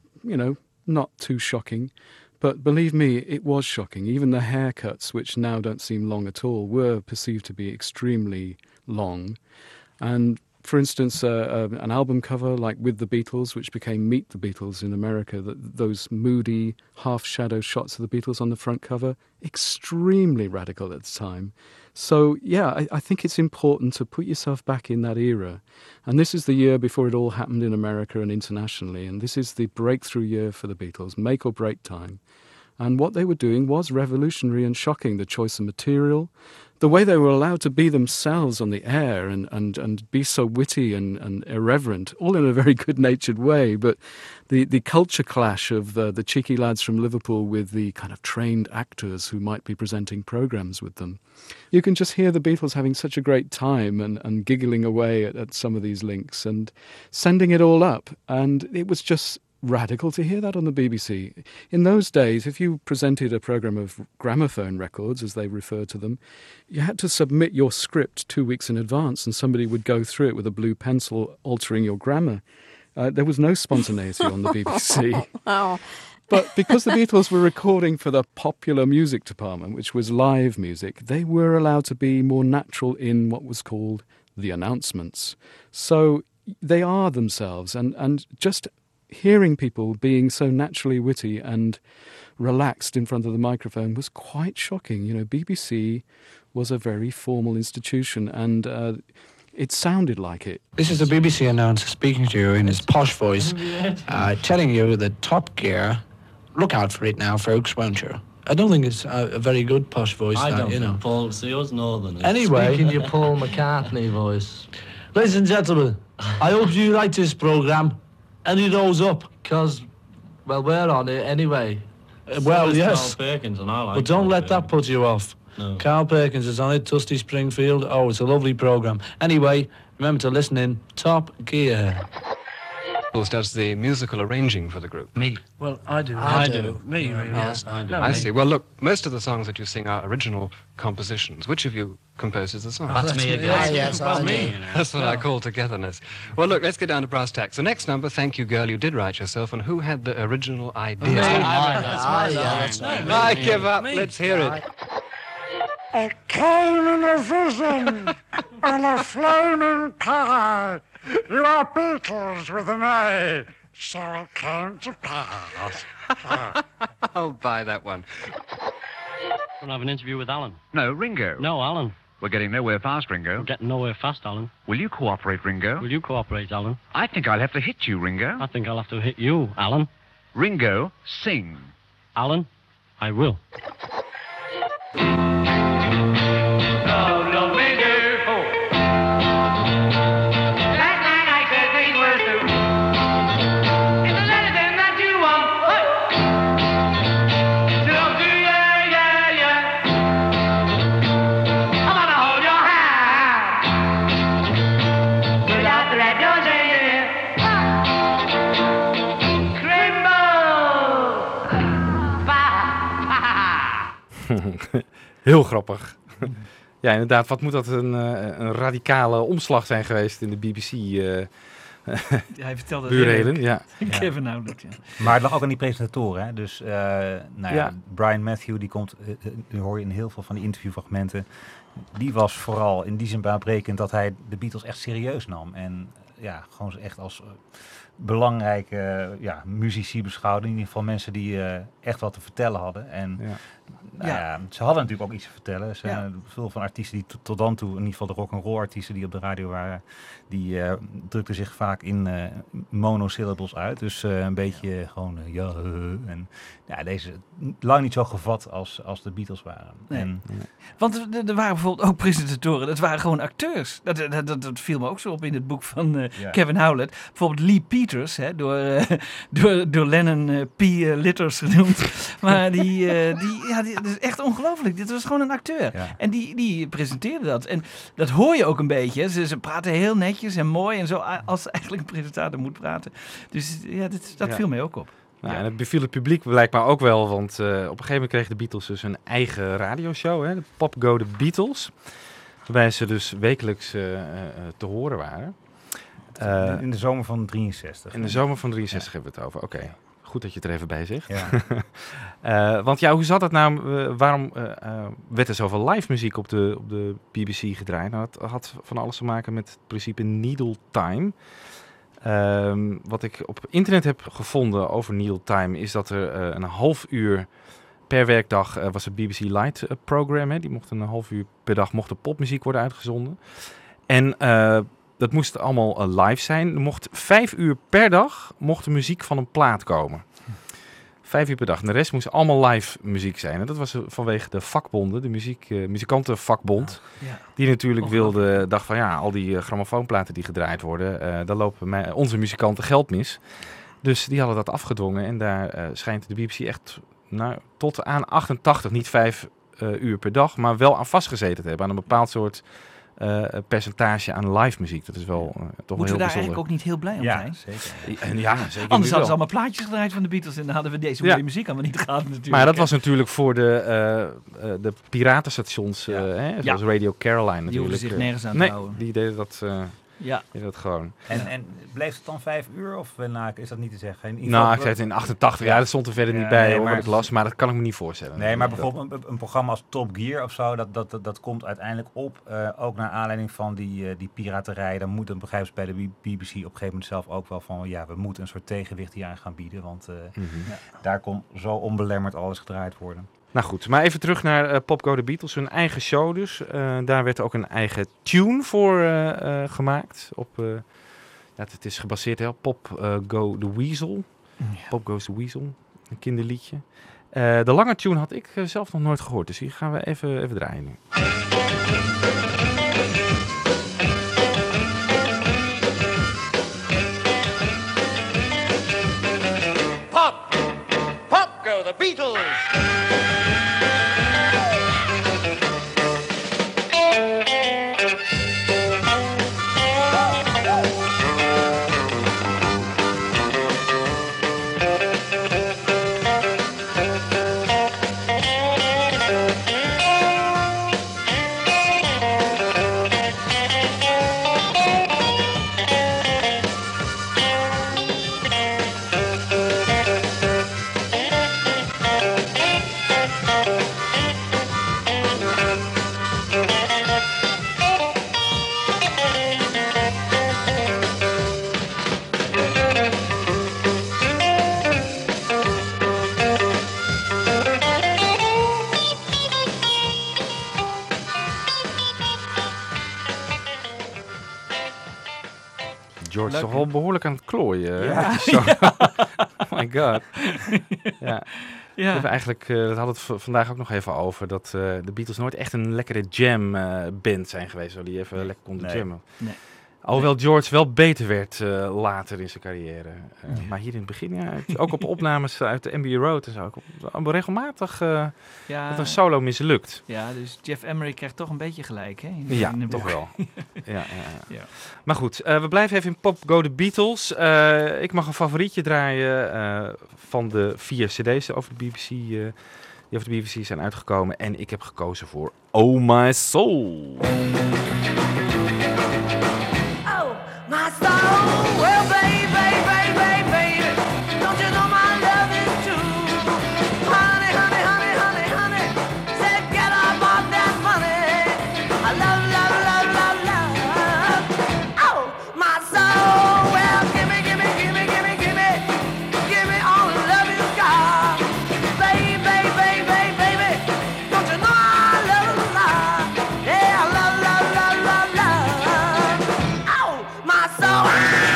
not too shocking. But believe me, it was shocking. Even the haircuts, which now don't seem long at all, were perceived to be extremely long. And for instance, an album cover like With the Beatles, which became Meet the Beatles in America, those moody half-shadow shots of the Beatles on the front cover, extremely radical at the time. So, I think it's important to put yourself back in that era. And this is the year before it all happened in America and internationally. And this is the breakthrough year for the Beatles, make or break time. And what they were doing was revolutionary and shocking. The choice of material, the way they were allowed to be themselves on the air and be so witty and irreverent, all in a very good-natured way. But the culture clash of the cheeky lads from Liverpool with the kind of trained actors who might be presenting programs with them. You can just hear the Beatles having such a great time and giggling away at some of these links and sending it all up. And it was just radical to hear that on the BBC. In those days, if you presented a program of gramophone records, as they referred to them, you had to submit your script 2 weeks in advance and somebody would go through it with a blue pencil altering your grammar. There was no spontaneity on the BBC. Wow. But because the Beatles were recording for the popular music department, which was live music, they were allowed to be more natural in what was called the announcements. So they are themselves, and just hearing people being so naturally witty and relaxed in front of the microphone was quite shocking. BBC was a very formal institution, and it sounded like it. This is the BBC announcer speaking to you in his posh voice, telling you that Top Gear, look out for it now, folks, won't you? I don't think it's a very good posh voice. I don't think Paul, see us northerners. Anyway. Speaking your Paul McCartney voice. Ladies and gentlemen, I hope you like this programme. And he rose up, because, we're on it anyway. Yes. Carl Perkins, and I like But don't Carl let that put you off. No. Carl Perkins is on it, Dusty Springfield. Oh, it's a lovely programme. Anyway, remember to listen in Top Gear. Does the musical arranging for the group? Me. Well, I do. I do. Me, really. Yes, I do. I see. Well, look, most of the songs that you sing are original compositions. Which of you composes the song? That's me again. Yes, I do. That's what I call togetherness. Well, look, let's get down to brass tacks. The next number, Thank You Girl, you did write yourself, and who had the original idea? That's mine. I give up. Let's hear it. A came in a vision on a flaming pie. You are Beatles with an A, so it came to pass. I'll buy that one. Want to have an interview with Alan? No, Ringo. No, Alan. We're getting nowhere fast, Ringo. We're getting nowhere fast, Alan. Will you cooperate, Ringo? Will you cooperate, Alan? I think I'll have to hit you, Ringo. I think I'll have to hit you, Alan. Ringo, sing. Alan, I will. Heel grappig. Ja, inderdaad. Wat moet dat een radicale omslag zijn geweest in de BBC... Hij vertelde buurreden, ja. Kevin Howlett, ja. Maar het lag ook aan die presentatoren. Hè? Dus Brian Matthew, die komt, nu hoor je in heel veel van die interviewfragmenten, die was vooral in die zin baanbrekend dat hij de Beatles echt serieus nam. En gewoon ze echt als belangrijke muzici beschouwde. In ieder geval mensen die echt wat te vertellen hadden. En ze hadden natuurlijk ook iets te vertellen. Veel van artiesten die tot dan toe, in ieder geval de rock'n'roll artiesten die op de radio waren, die drukten zich vaak in monosyllables uit. Dus een beetje gewoon en deze lang niet zo gevat als de Beatles waren. Nee. En, Want er waren bijvoorbeeld ook presentatoren, dat waren gewoon acteurs. Dat viel me ook zo op in het boek van Kevin Howlett. Bijvoorbeeld Lee Peters, hè, door Lennon P. Litters genoemd. Maar dat is echt ongelooflijk. Dit was gewoon een acteur. Ja. En die presenteerde dat. En dat hoor je ook een beetje. Ze praten heel netjes en mooi en zo, als eigenlijk een presentator moet praten. Dus dat viel mij ook op. Nou, en het beviel het publiek blijkbaar ook wel, want op een gegeven moment kregen de Beatles dus een eigen radioshow, hè, de Pop Go The Beatles, waarbij ze dus wekelijks te horen waren. In de zomer van 63. In de zomer van 63 hebben we het over, oké. Goed dat je het er even bij zegt. Ja. Want hoe zat dat nou? Waarom werd er zoveel live muziek op de BBC gedraaid? Nou, het had van alles te maken met het principe needle time. Wat ik op internet heb gevonden over needle time is dat er een half uur per werkdag was het BBC Light program. Hè. Die mocht een half uur per dag mocht de popmuziek worden uitgezonden. En dat moest allemaal live zijn. Er mocht 5 uur per dag mocht de muziek van een plaat komen. 5 uur per dag. En de rest moest allemaal live muziek zijn. En dat was vanwege de vakbonden, de muzikantenvakbond. Die natuurlijk dacht van al die grammofoonplaten die gedraaid worden, daar lopen onze muzikanten geld mis. Dus die hadden dat afgedwongen. En daar schijnt de BBC echt tot aan 88, niet 5 uur per dag, maar wel aan vastgezeten te hebben. Aan een bepaald soort percentage aan live muziek. Dat is wel toch wel heel bijzonder. Moeten we daar eigenlijk ook niet heel blij om zijn? Zeker. Ja, zeker. Anders hadden ze allemaal plaatjes gedraaid van de Beatles en dan hadden we deze mooie muziek allemaal niet gehad natuurlijk. Maar dat was natuurlijk voor de piratenstations, zoals Radio Caroline natuurlijk. Die hoefden zich nergens aan te houden. Die deden dat... Is dat gewoon. En bleef het dan 5 uur of is dat niet te zeggen? Ik zei het in 88, dat stond er verder niet bij hoor, ik las, maar dat kan ik me niet voorstellen. Nee, maar bijvoorbeeld een programma als Top Gear of zo, dat komt uiteindelijk op, ook naar aanleiding van die piraterij. Dan moet een begrijp bij de BBC op een gegeven moment zelf ook wel van, we moeten een soort tegenwicht hier aan gaan bieden, want daar kon zo onbelemmerd alles gedraaid worden. Nou goed, maar even terug naar Pop Go The Beatles, hun eigen show dus. Daar werd ook een eigen tune voor gemaakt. Het is gebaseerd op Pop Go The Weasel. Pop Goes The Weasel, een kinderliedje. De lange tune had ik zelf nog nooit gehoord, dus die gaan we even draaien nu. Pop Go The Beatles! George is toch wel behoorlijk aan het klooien. Ja. Oh my god. We hebben eigenlijk, dat hadden we het vandaag ook nog even over, dat de Beatles nooit echt een lekkere jam band zijn geweest, waar die even lekker konden jammen. Nee. Alhoewel George wel beter werd later in zijn carrière. Maar hier in het begin, ook op opnames uit de Abbey Road en zo, regelmatig dat een solo mislukt. Ja, dus Jeff Emery krijgt toch een beetje gelijk, hè? In de toch wel. Ja. Maar goed, we blijven even in Pop Go The Beatles. Ik mag een favorietje draaien van de 4 cd's over de BBC. Die die op de BBC zijn uitgekomen. En ik heb gekozen voor Oh My Soul. Oh, my soul, well, baby, baby, baby, don't you know my love is true? Honey, honey, honey, honey, honey, said get up off that money. I love, love, love, love, love. Oh, my soul, well, give me, give me, give me, give me, give me, give me all the love you got. Baby, baby, baby, baby, don't you know I love, love, yeah, I love, love, love, love, love. Oh, my soul.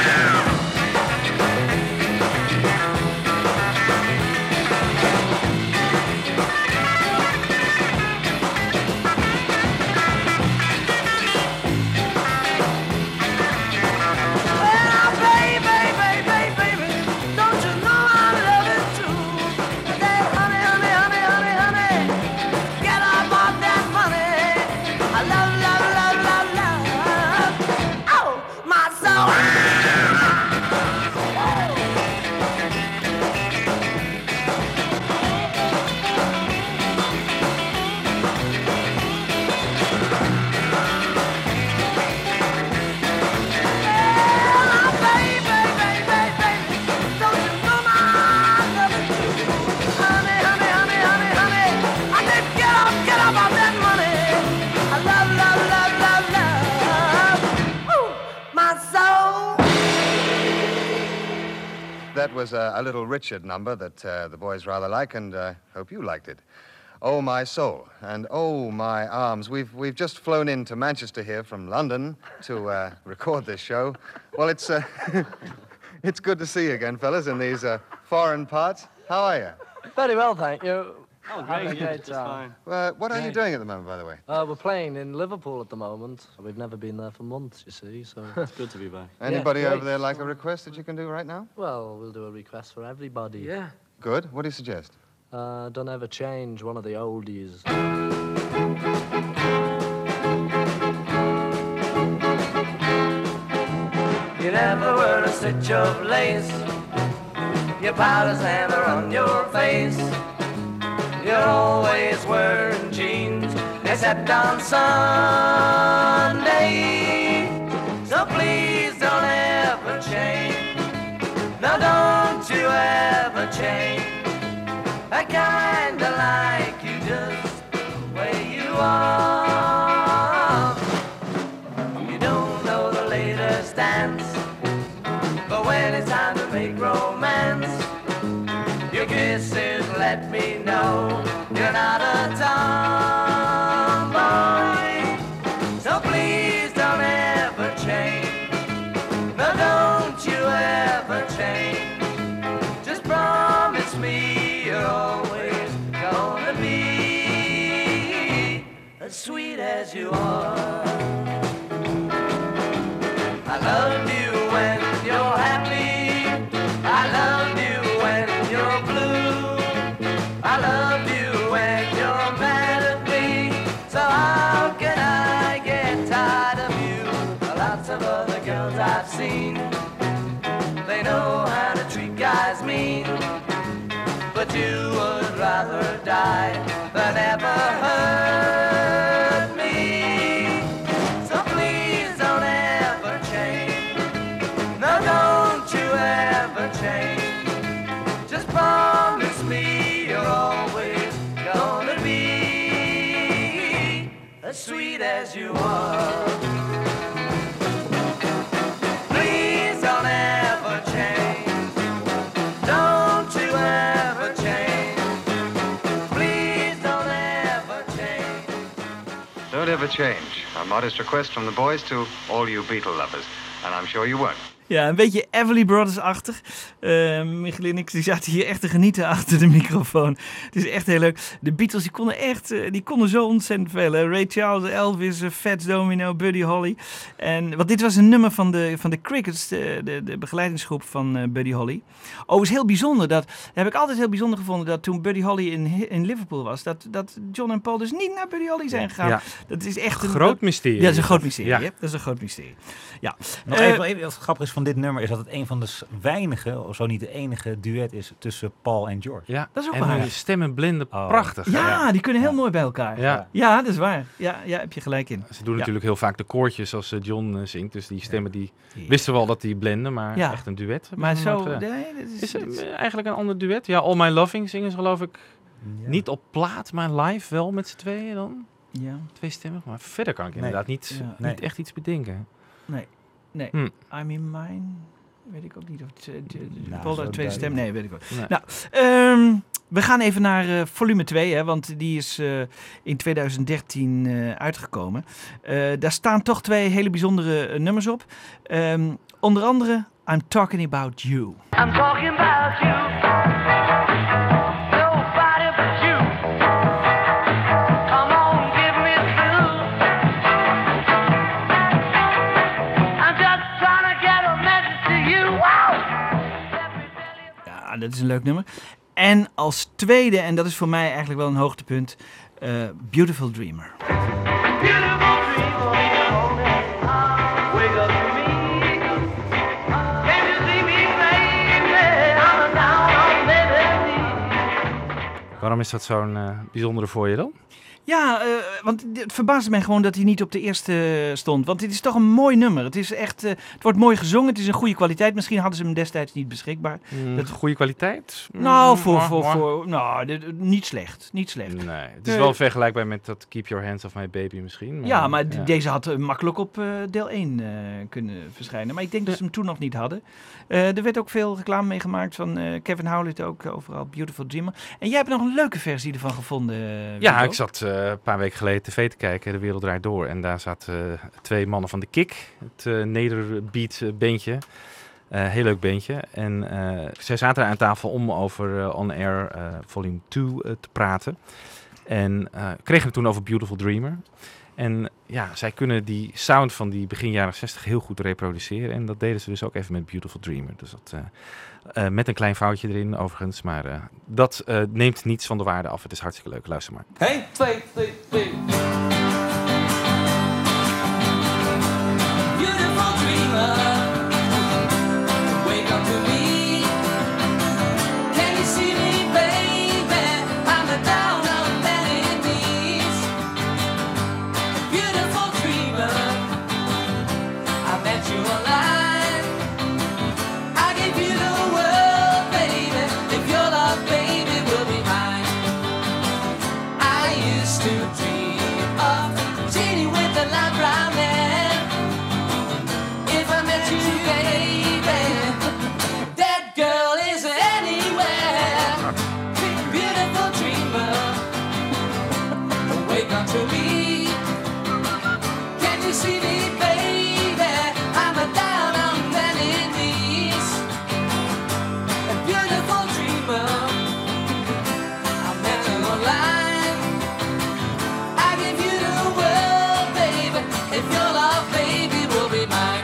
Well, baby, baby, baby, don't you know I love it too? Say, honey, honey, honey, honey, honey, get up off that money. I love, love, love, love, love. Oh, my soul. That was a Little Richard number that the boys rather like, and hope you liked it. Oh, my soul, and oh, my arms. We've just flown into Manchester here from London to record this show. Well, it's it's good to see you again, fellas, in these foreign parts. How are you? Very well, thank you. Oh, Having a great. great Just time. fine. What are you doing at the moment, by the way? We're playing in Liverpool at the moment. We've never been there for months, you see, so... It's good to be back. Anybody great. over there like a request that you can do right now? Well, we'll do a request for everybody. Yeah. Good. What do you suggest? Don't ever change, one of the oldies. You never wear a stitch of lace. Your powder's hammer on your face. You're always wearing jeans, except on Sunday. So please don't ever change. No, don't you ever change. I kinda like you just the way you are. You don't know the latest dance, but when it's time to make romance, your kisses let me know you're not a tomboy. So please don't ever change. No, don't you ever change. Just promise me you're always gonna be as sweet as you are. I love you when you're happy. I love you when you're blue. I love you when you're mad at me. So how can I get tired of you? Lots of other girls I've seen, they know how to treat guys mean, but you would rather die than ever hurt me. So please don't ever change. No, don't you ever change. Just promise me you're always gonna be as sweet as you are. Please don't ever change. Don't you ever change. Please don't ever change. Don't ever change. A modest request from the boys to all you Beatle lovers. And I'm sure you won't. Ja, een beetje Everly Brothers-achtig. Michiel en ik die zaten hier echt te genieten achter de microfoon. Het is echt heel leuk. De Beatles die konden zo ontzettend veel. Hè? Ray Charles, Elvis, Fats Domino, Buddy Holly. Want dit was een nummer van de Crickets, de begeleidingsgroep van Buddy Holly. Oh, is heel bijzonder. Dat heb ik altijd heel bijzonder gevonden. Dat toen Buddy Holly in Liverpool was, dat John en Paul dus niet naar Buddy Holly zijn gegaan. Ja. Dat is echt een groot mysterie. Ja, dat is een groot mysterie. Ja. Hè? Dat is een groot mysterie. Ja. Nog even wat grappig is van dit nummer is dat het een van de weinige, of zo niet de enige duet is tussen Paul en George. Ja, Dat is ook en waar. hun stemmen blenden prachtig. Ja, die kunnen heel mooi bij elkaar. Ja, dat is waar. Ja, heb je gelijk in. Ze doen natuurlijk heel vaak de koortjes als John zingt. Dus die stemmen die wisten wel dat die blenden, maar echt een duet. Maar zo... Is het eigenlijk een ander duet? Ja, All My Loving zingen ze geloof ik niet op plaat, maar live wel met z'n tweeën dan. Ja. Tweestemmig, maar verder kan ik inderdaad niet echt iets bedenken. Nee. I'm in Mine, weet ik ook niet. Of Nou, twee stemmen, nee, weet ik ook. Nee. Nou, we gaan even naar volume 2, hè, want die is in 2013 uitgekomen. Daar staan toch 2 hele bijzondere nummers op. Onder andere I'm Talking About You. I'm talking about you. Nobody but you. Come on, give me through. I'm just trying to get a message to you. Wow! Ja, dat is een leuk nummer. En als tweede, en dat is voor mij eigenlijk wel een hoogtepunt, Beautiful Dreamer. Beautiful dreamer, wake up to me. Can you see me, baby? I'm down on baby. Waarom is dat zo'n bijzondere voor je dan? Ja, want het verbaasde mij gewoon dat hij niet op de eerste stond. Want dit is toch een mooi nummer. Het is echt, het wordt mooi gezongen. Het is een goede kwaliteit. Misschien hadden ze hem destijds niet beschikbaar. Goede kwaliteit? Nou, niet slecht. Niet slecht. Nee, het is wel vergelijkbaar met dat Keep Your Hands Off My Baby misschien. Maar, ja, maar deze had makkelijk op deel 1 kunnen verschijnen. Maar ik denk dat ze hem toen nog niet hadden. Er werd ook veel reclame mee gemaakt van Kevin Howlett ook overal. Beautiful Dreamer. En jij hebt nog een leuke versie ervan gevonden. Ja, ik zat een paar weken geleden tv te kijken, De Wereld Draait Door. En daar zaten 2 mannen van de Kick, het nederbeat bandje. Heel leuk bandje. En zij zaten er aan tafel om over On Air Volume 2 te praten. En kregen het toen over Beautiful Dreamer. En ja, zij kunnen die sound van die begin jaren 60 heel goed reproduceren. En dat deden ze dus ook even met Beautiful Dreamer. Dus dat, met een klein foutje erin overigens. Maar dat neemt niets van de waarde af. Het is hartstikke leuk. Luister maar. 1, 2, 3, 3. Beautiful dreamer, wake up to me. Can you see me, baby? I'm down on bended knees. Beautiful dreamer, I met you alive. I give you the world, baby. If your love, baby, will be mine. I used to dream of Genie with the light brown hair. If I met you, baby, that girl is anywhere. Beautiful dreamer, wake up to me. Can you see me, baby? I'm down on bended knees. A beautiful dreamer, I met you alive. I give you the world, baby. If your love, baby, will be mine.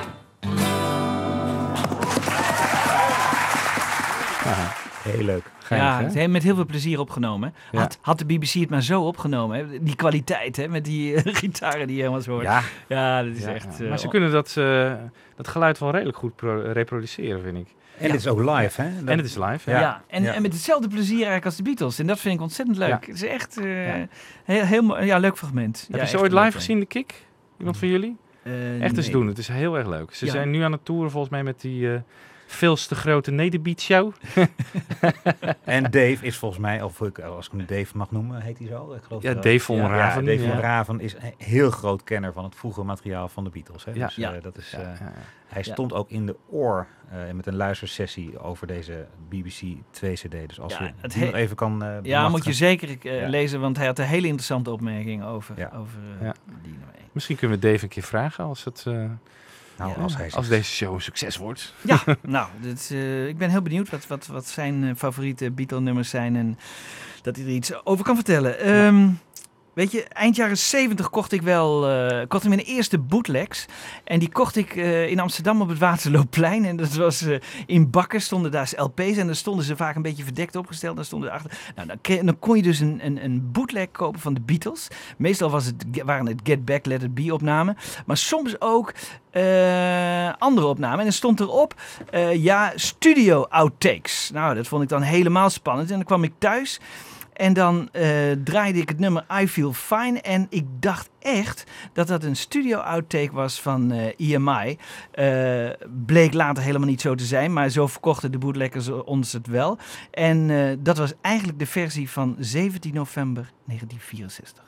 Heel leuk. Ja, het heeft met heel veel plezier opgenomen. Had de BBC het maar zo opgenomen. Hè? Die kwaliteit, hè? Met die gitaren die je helemaal zo hoort. Ja, dat is echt... maar ze kunnen dat geluid wel redelijk goed reproduceren, vind ik. En het is ook live, hè? En het is live, Ja, en met hetzelfde plezier eigenlijk als de Beatles. En dat vind ik ontzettend leuk. Ja. Het is echt heel leuk fragment. Heb je ze ooit live gezien, de Kick? Iemand van jullie? Echt eens nee. doen, het is heel erg leuk. Ze Ja. zijn nu aan het toeren volgens mij met die veels te grote Nederbeat show. En Dave is volgens mij, of als ik hem Dave mag noemen, heet hij zo? Ik geloof Ja, dat. Dave von Raven. Dave von Ja. Raven is een heel groot kenner van het vroege materiaal van de Beatles. Hè? Ja. Dus, dat is, hij Ja. stond ook in de oor met een luistersessie over deze BBC 2 CD. Dus als Ja, je het die nog he- even kan Ja, bemachtigen. moet je zeker Ja. lezen, want hij had een hele interessante opmerking over, Ja. over Ja. die nummer 1. Misschien kunnen we Dave een keer vragen als het... als deze show een succes wordt. Ja, nou, ik ben heel benieuwd wat zijn favoriete Beatle-nummers zijn en dat hij er iets over kan vertellen. weet je, eind jaren 70 kocht ik mijn eerste bootlegs. En die kocht ik in Amsterdam op het Waterloopplein. En dat was in bakken stonden daar LP's. En daar stonden ze vaak een beetje verdekt opgesteld. Daar stonden achter. Nou, dan kon je dus een bootleg kopen van de Beatles. Meestal waren het Get Back, Let It Be opnamen. Maar soms ook andere opnamen. En er stond erop, studio outtakes. Nou, dat vond ik dan helemaal spannend. En dan kwam ik thuis. En dan draaide ik het nummer I Feel Fine. En ik dacht echt dat dat een studio outtake was van EMI. Bleek later helemaal niet zo te zijn. Maar zo verkochten de bootleggers ons het wel. En dat was eigenlijk de versie van 17 november 1964.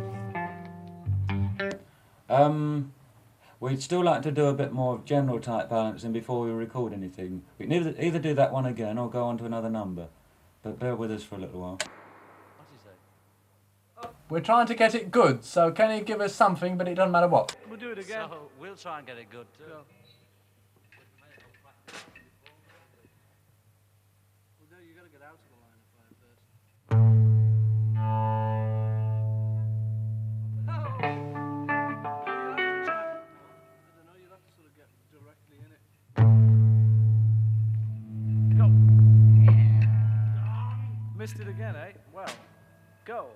We'd still like to do a bit more general type balancing before we record anything. We can either do that one again or go on to another number. But bear with us for a little while. We're trying to get it good, so can you give us something, but it doesn't matter what? We'll do it again. So we'll try and get it good too. Missed it again, eh? Well, go.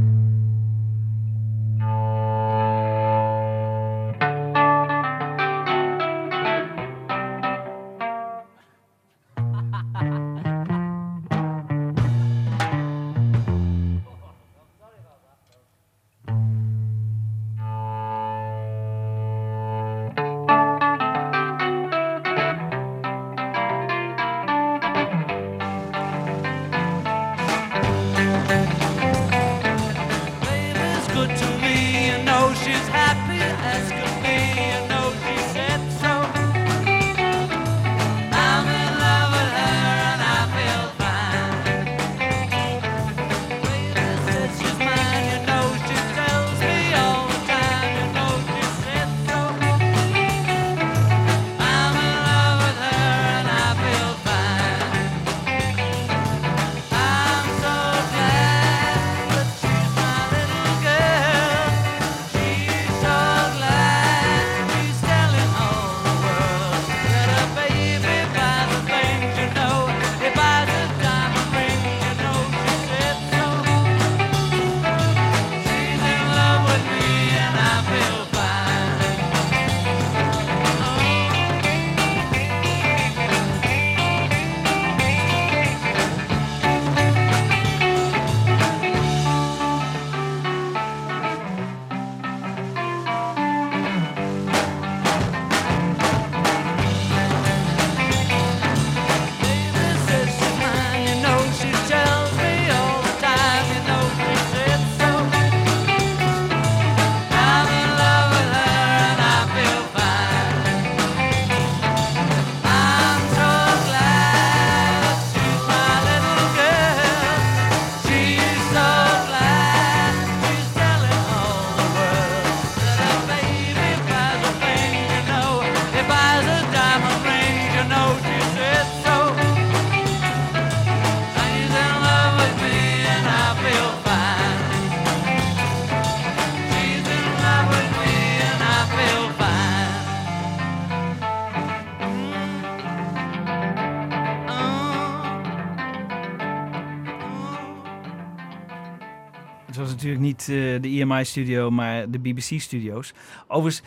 Het was natuurlijk niet de EMI-studio, maar de BBC-studio's. Overigens,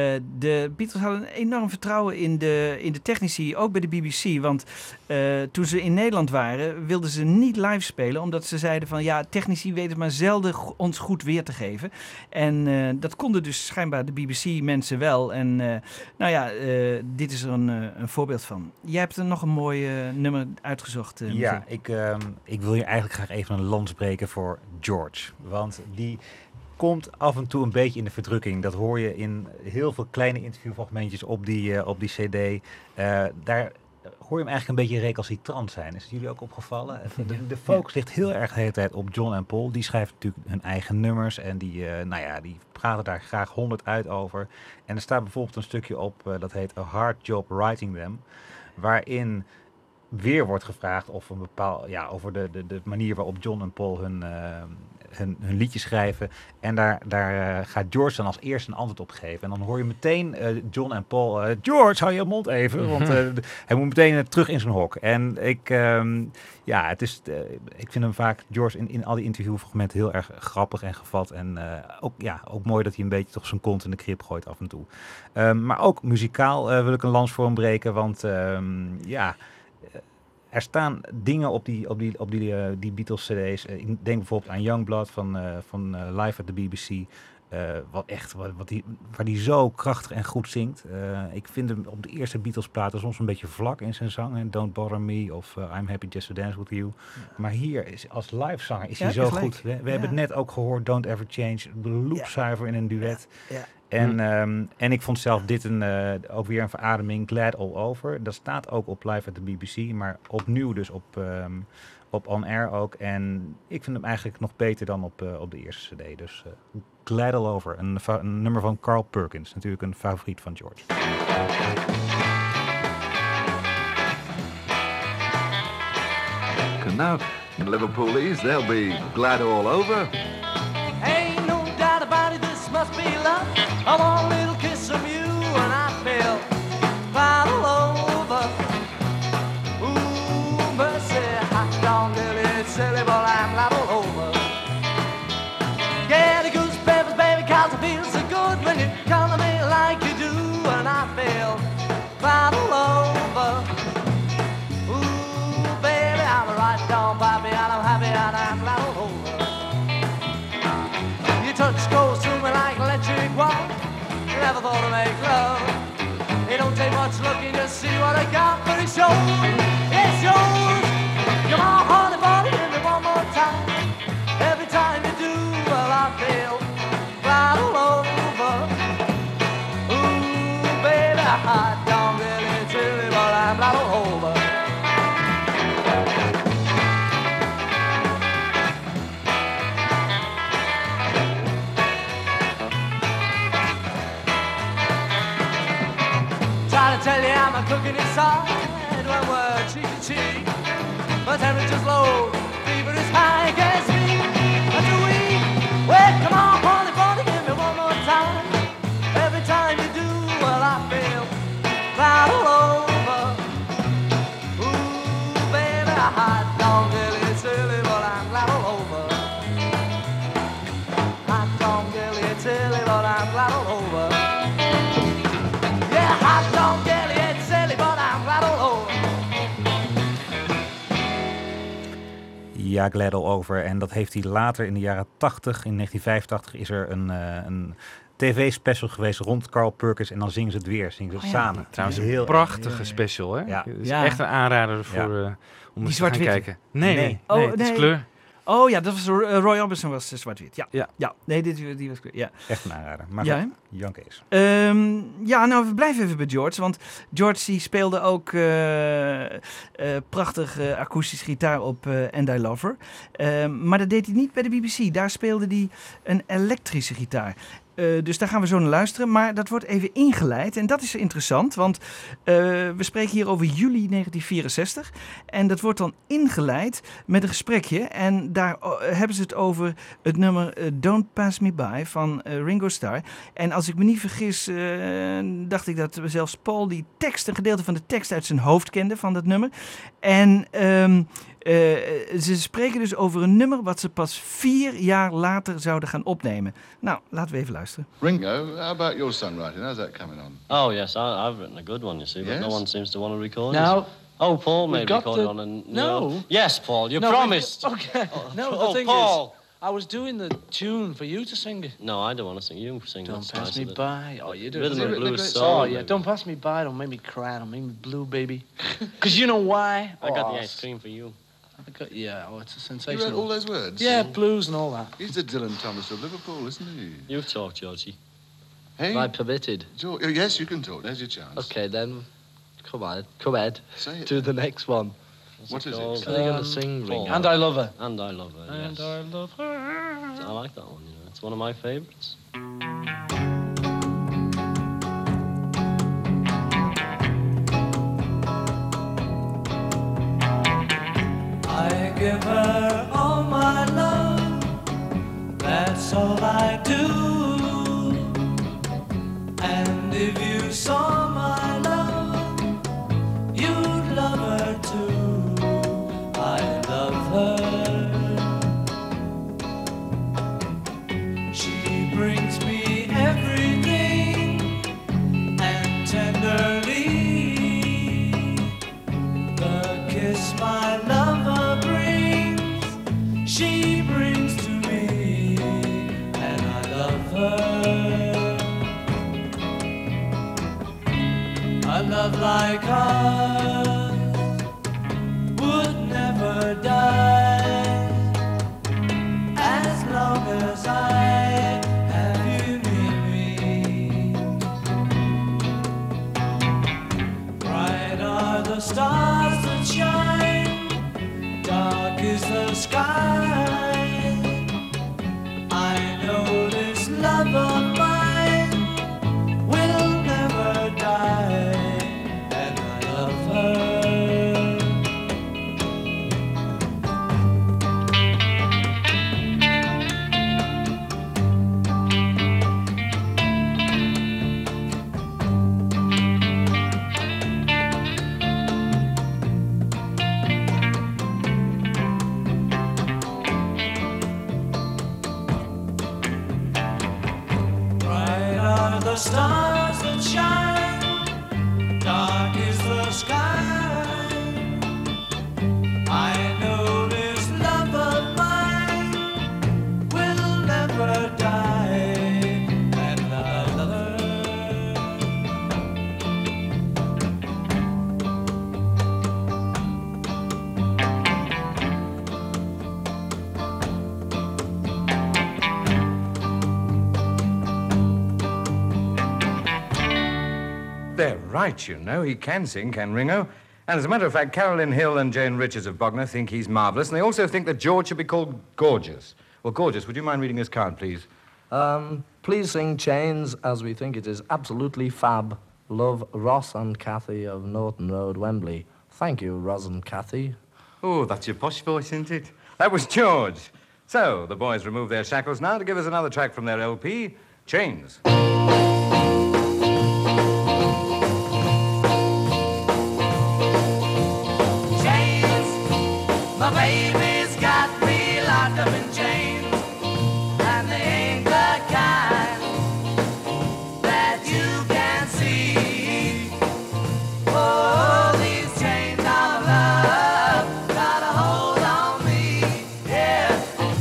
de Beatles hadden een enorm vertrouwen in de technici, ook bij de BBC. Want toen ze in Nederland waren, wilden ze niet live spelen. Omdat ze zeiden van, ja, technici weten maar zelden ons goed weer te geven. En dat konden dus schijnbaar de BBC-mensen wel. En dit is er een voorbeeld van. Jij hebt er nog een mooi nummer uitgezocht. Ja, ik wil hier eigenlijk graag even een lans breken voor George. Want die komt af en toe een beetje in de verdrukking. Dat hoor je in heel veel kleine interviewfragmentjes op die cd. Daar hoor je hem eigenlijk een beetje recalcitrant zijn. Is het jullie ook opgevallen? De focus ligt heel erg de hele tijd op John en Paul. Die schrijven natuurlijk hun eigen nummers en die praten daar graag 100 uit over. En er staat bijvoorbeeld een stukje op, dat heet A Hard Job Writing Them, waarin weer wordt gevraagd of over de manier waarop John en Paul hun hun liedje schrijven. En daar gaat George dan als eerste een antwoord op geven. En dan hoor je meteen John en Paul... George, hou je mond even. Want hij moet meteen terug in zijn hok. En ik vind hem vaak, George, in al die interviewfragmenten heel erg grappig en gevat. En ook mooi dat hij een beetje toch zijn kont in de krib gooit af en toe. Maar ook muzikaal wil ik een lans voor hem breken. Want er staan dingen op die Beatles CD's. Ik denk bijvoorbeeld aan Youngblood van Live at the BBC. Waar die zo krachtig en goed zingt. Ik vind hem op de eerste Beatles platen soms een beetje vlak in zijn zang. En Don't Bother Me of I'm Happy Just to Dance With You. Ja. Maar hier, als live zanger, is hij zo goed. We hebben het net ook gehoord, Don't Ever Change. Loopzuiver in een duet. Ja. En ik vond zelf dit ook weer een verademing. Glad All Over. Dat staat ook op Live at the BBC. Maar opnieuw dus op On Air ook. En ik vind hem eigenlijk nog beter dan op de eerste CD. Dus Glad All Over. Een nummer van Carl Perkins. Natuurlijk een favoriet van George. And now, in Liverpoolese, they'll be glad all over. Ain't no doubt about it, this must be love. I want a little kiss from you and I feel glad all over. Ooh, mercy, hot dog, it's silly, but I'm glad all over. Get a goose peppers, baby, cause it feels so good when you come to me like you do, and I feel glad all over. Ooh, baby, I'm a right down baby, and I'm happy and I'm glad all over. Your touch goes through me like electric wall. Never thought to make love. It don't take much looking to see what I got, but it shows, it shows. Come on, honey, buddy, give me one more time. Every time you do, well, I feel glad all over. Ooh, baby, I don't really truly, but I'm glad all over. Try to tell you I'm a cooking inside when we're cheek to cheek. My temperature's low, fever is high, can't speak. That's a week. Well, come on, honey, buddy, give me one more time. Every time you do, well, I feel glad all over. Ooh, baby, I don't really silly, but I'm glad all over. I don't really silly, but I'm glad all over. Yeah, I don't really silly, but I'm glad all over. Ja, Glad All Over. En dat heeft hij later in de jaren 80. In 1985 is er een tv-special geweest rond Carl Perkins. En dan zingen ze het weer. Zingen ze samen. Trouwens, een prachtige special, hè? Ja. Het is echt een aanrader voor om eens te gaan kijken. Nee, het is kleur. Oh ja, dat was Roy Orbison was zwart-wit. Ja. Nee, die was kleur. Ja. Echt een aanrader. Maar ja, goed, Jan Kees. Nou, we blijven even bij George. Want George die speelde ook prachtig akoestisch gitaar op And I Love Her. Maar dat deed hij niet bij de BBC. Daar speelde hij een elektrische gitaar. Dus daar gaan we zo naar luisteren. Maar dat wordt even ingeleid. En dat is interessant. Want we spreken hier over juli 1964. En dat wordt dan ingeleid met een gesprekje. En daar hebben ze het over het nummer Don't Pass Me By van Ringo Starr. En als ik me niet vergis, dacht ik dat zelfs Paul een gedeelte van de tekst uit zijn hoofd kende van dat nummer. En ze spreken dus over een nummer wat ze pas 4 jaar later zouden gaan opnemen. Nou, laten we even luisteren. Ringo, how about your songwriting? How's that coming on? Oh, yes, I've written a good one, you see, but Yes? no one seems to want to record No. it. Oh, Paul We've made got record the- on and No. Yes, Paul, you No, promised. Okay. No, Oh, the thing Paul. is, I was doing the tune for you to sing it. No, I don't want to sing. You sing. Don't That's pass nice me of it. by. Oh, you do. Rhythm and blues Oh, song. yeah. Don't pass me by. Don't make me cry. Don't make me blue, baby. Because you know why? I got Oh, the ice cream for you. Yeah, oh, it's a You sensational. wrote all those words? Yeah, blues and all that. He's the Dylan Thomas of Liverpool, isn't he? You talk, Georgie. Hey? Am I permitted? George, oh, yes, you can talk. There's your chance. Okay, then. Come on, come ahead. Say it. Do the next one. What is it? What are you going to sing, Paul. Ringo? And I Love Her. And I Love Her, And yes. I love her. I like that one, you know. It's one of my favourites. I give her all my love, too. And if you saw my love, you'd love her too. I love her. She brings me everything, and tenderly the kiss my lover brings, she brings to me, and I love her. A love like ours would never die, as long as I have you near me. Bright are the stars that shine, dark is the sky. I know this love of mine will never die, and I love her. Bright are the stars that shine, dark is the sky. I know this love of mine will never die, and I love her. They're right, you know. He can sing, can Ringo? And as a matter of fact, Carolyn Hill and Jane Richards of Bognor think he's marvellous, and they also think that George should be called Gorgeous. Well, Gorgeous, would you mind reading this card, please? Please sing Chains, as we think it is absolutely fab. Love, Ross and Kathy of Norton Road, Wembley. Thank you, Ross and Kathy. Oh, that's your posh voice, isn't it? That was George. So, the boys remove their shackles now to give us another track from their LP, Chains. Chains, my baby's got me locked up in chains, and they ain't the kind that you can see. Oh, these chains of love got a hold on me, yeah.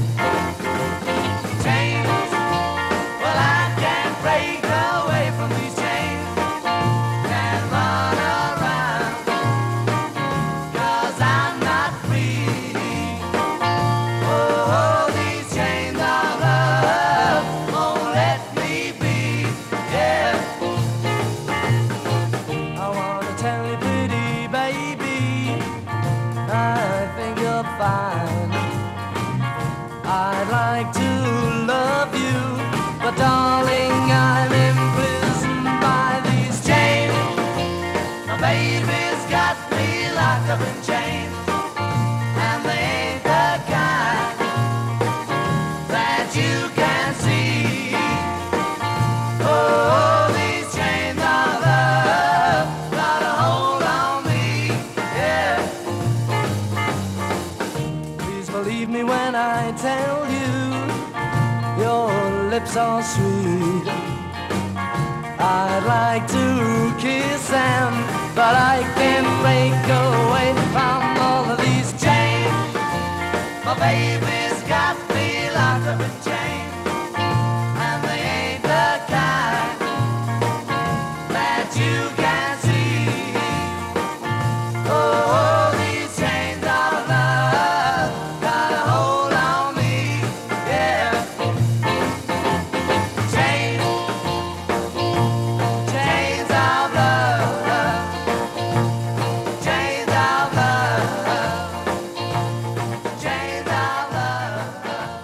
Chains, well, I can't break away from these chains, can't run around, 'cause I'm not free. Oh, these chains of love won't let me be, yeah. I wanna tell you, pretty baby, I think you're fine. I'd like to love you, but darling, I'm imprisoned by these chains. My baby's got me locked up in chains, and they ain't the kind that you can see. Oh, these chains of love got a hold on me, yeah. Please believe me when I tell you, your lips are sweet. I'd like to kiss them, but I can't break away from all of these chains. My baby's got me locked up in chains, and they ain't the kind that you can see. Oh, these chains of love got a hold on me, yeah. Chains, chains of love, chains of love, chains of love.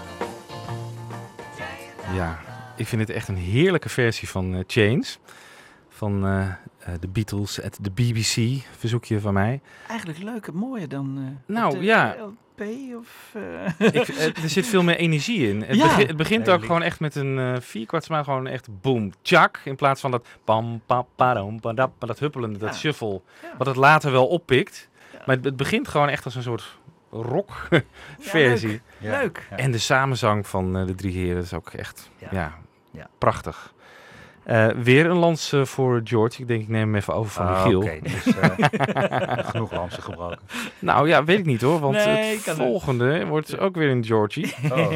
Ja, ik vind het echt een heerlijke versie van Chains. Van de Beatles at de BBC, verzoekje van mij. Eigenlijk leuker, mooier dan Nou, de ja. LP of... Er zit veel meer energie in. Het begint ook gewoon echt met een vierkwartsmaal, gewoon echt boom, tjak. In plaats van dat pam, pam, padam, padap, dat huppelende, dat shuffle. Wat het later wel oppikt. Maar het begint gewoon echt als een soort rock-versie. Leuk. En de samenzang van de drie heren is ook echt prachtig. Weer een lans voor George. Ik denk, ik neem hem even over van Michiel. Oké, dus genoeg lansen gebroken. Nou ja, weet ik niet hoor. Want Nee, het kan volgende wordt ook weer een Georgie. Oh.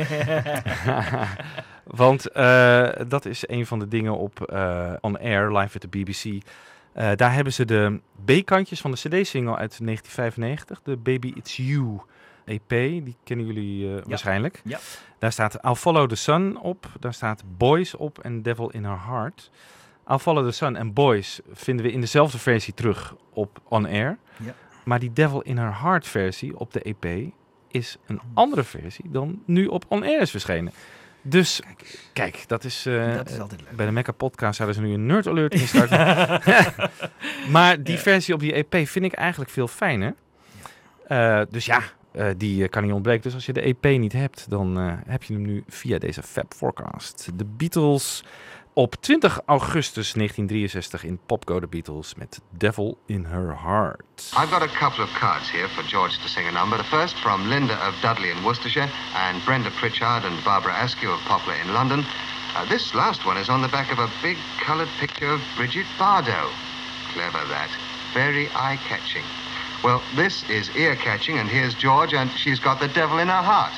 Want dat is een van de dingen op On Air, live at de BBC. Daar hebben ze de B-kantjes van de CD-single uit 1995. De Baby It's You EP. Die kennen jullie waarschijnlijk. Ja. Daar staat I'll Follow the Sun op. Daar staat Boys op en Devil in Her Heart. I'll Follow the Sun en Boys vinden we in dezelfde versie terug op On Air. Ja. Maar die Devil in Her Heart versie op de EP is een andere versie dan nu op On Air is verschenen. Dus kijk, dat is altijd leuk. Bij de Mecca Podcast zouden ze nu een nerd alert instarten. Maar die versie op die EP vind ik eigenlijk veel fijner. Dus ja, die kan niet ontbreken. Dus als je de EP niet hebt, dan heb je hem nu via deze Fab Forecast. De Beatles op 20 augustus 1963 in Pop Go The Beatles met Devil in Her Heart. I've got a couple of cards here for George to sing a number. The first from Linda of Dudley in Worcestershire and Brenda Pritchard and Barbara Askew of Poplar in London. This last one is on the back of a big coloured picture of Bridget Bardot. Clever that. Very eye-catching. Well, this is ear-catching, and here's George, and she's got the devil in her heart.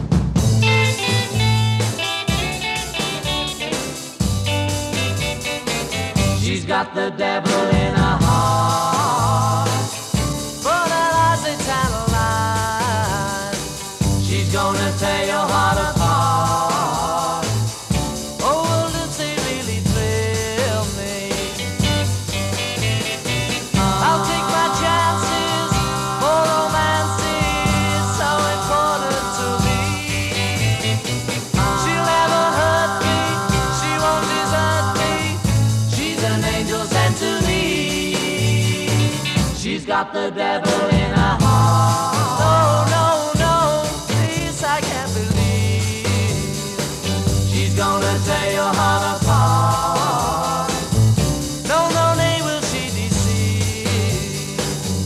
She's got the devil in her heart, but her eyes they tantalize. She's gonna tear your heart apart. Oh, well, does he really thrill me? I'll take my chances, for romance is so important to me. She'll never hurt me, she won't desert me. She's an angel sent to me. She's got the devil in her heart. No, no, no, this I can't believe. She's gonna tear your heart apart. No, no, nay, will she deceive.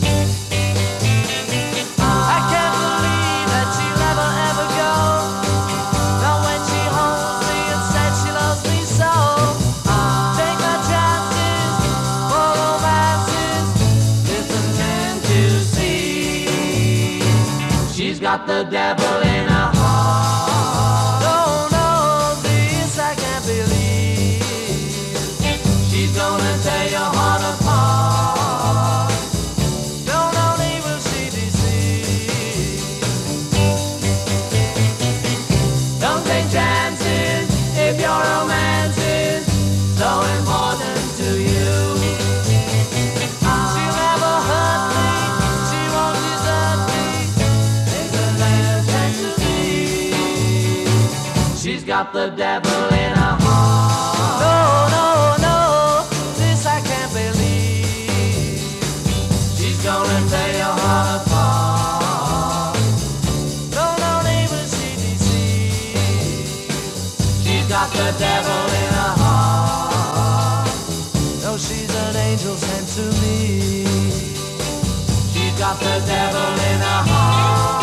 I can't believe that she'll ever, ever go. Now when she holds me and says she loves me so. Take my chances for romances. Listen and to see. She's got the devil in her heart. No, no, this I can't believe. She's gonna tear your heart apart. No, no, nay, will she deceive. Don't take chances if your romance is so important to you. She'll never hurt me, she won't desert me. There's a man sent to me. She's got the devil in her heart. No, no, no, this I can't believe. She's gonna tear your heart apart. No, no, nay, will she deceive. She's got the devil in her heart. No, she's an angel sent to me. She's got the devil in her heart.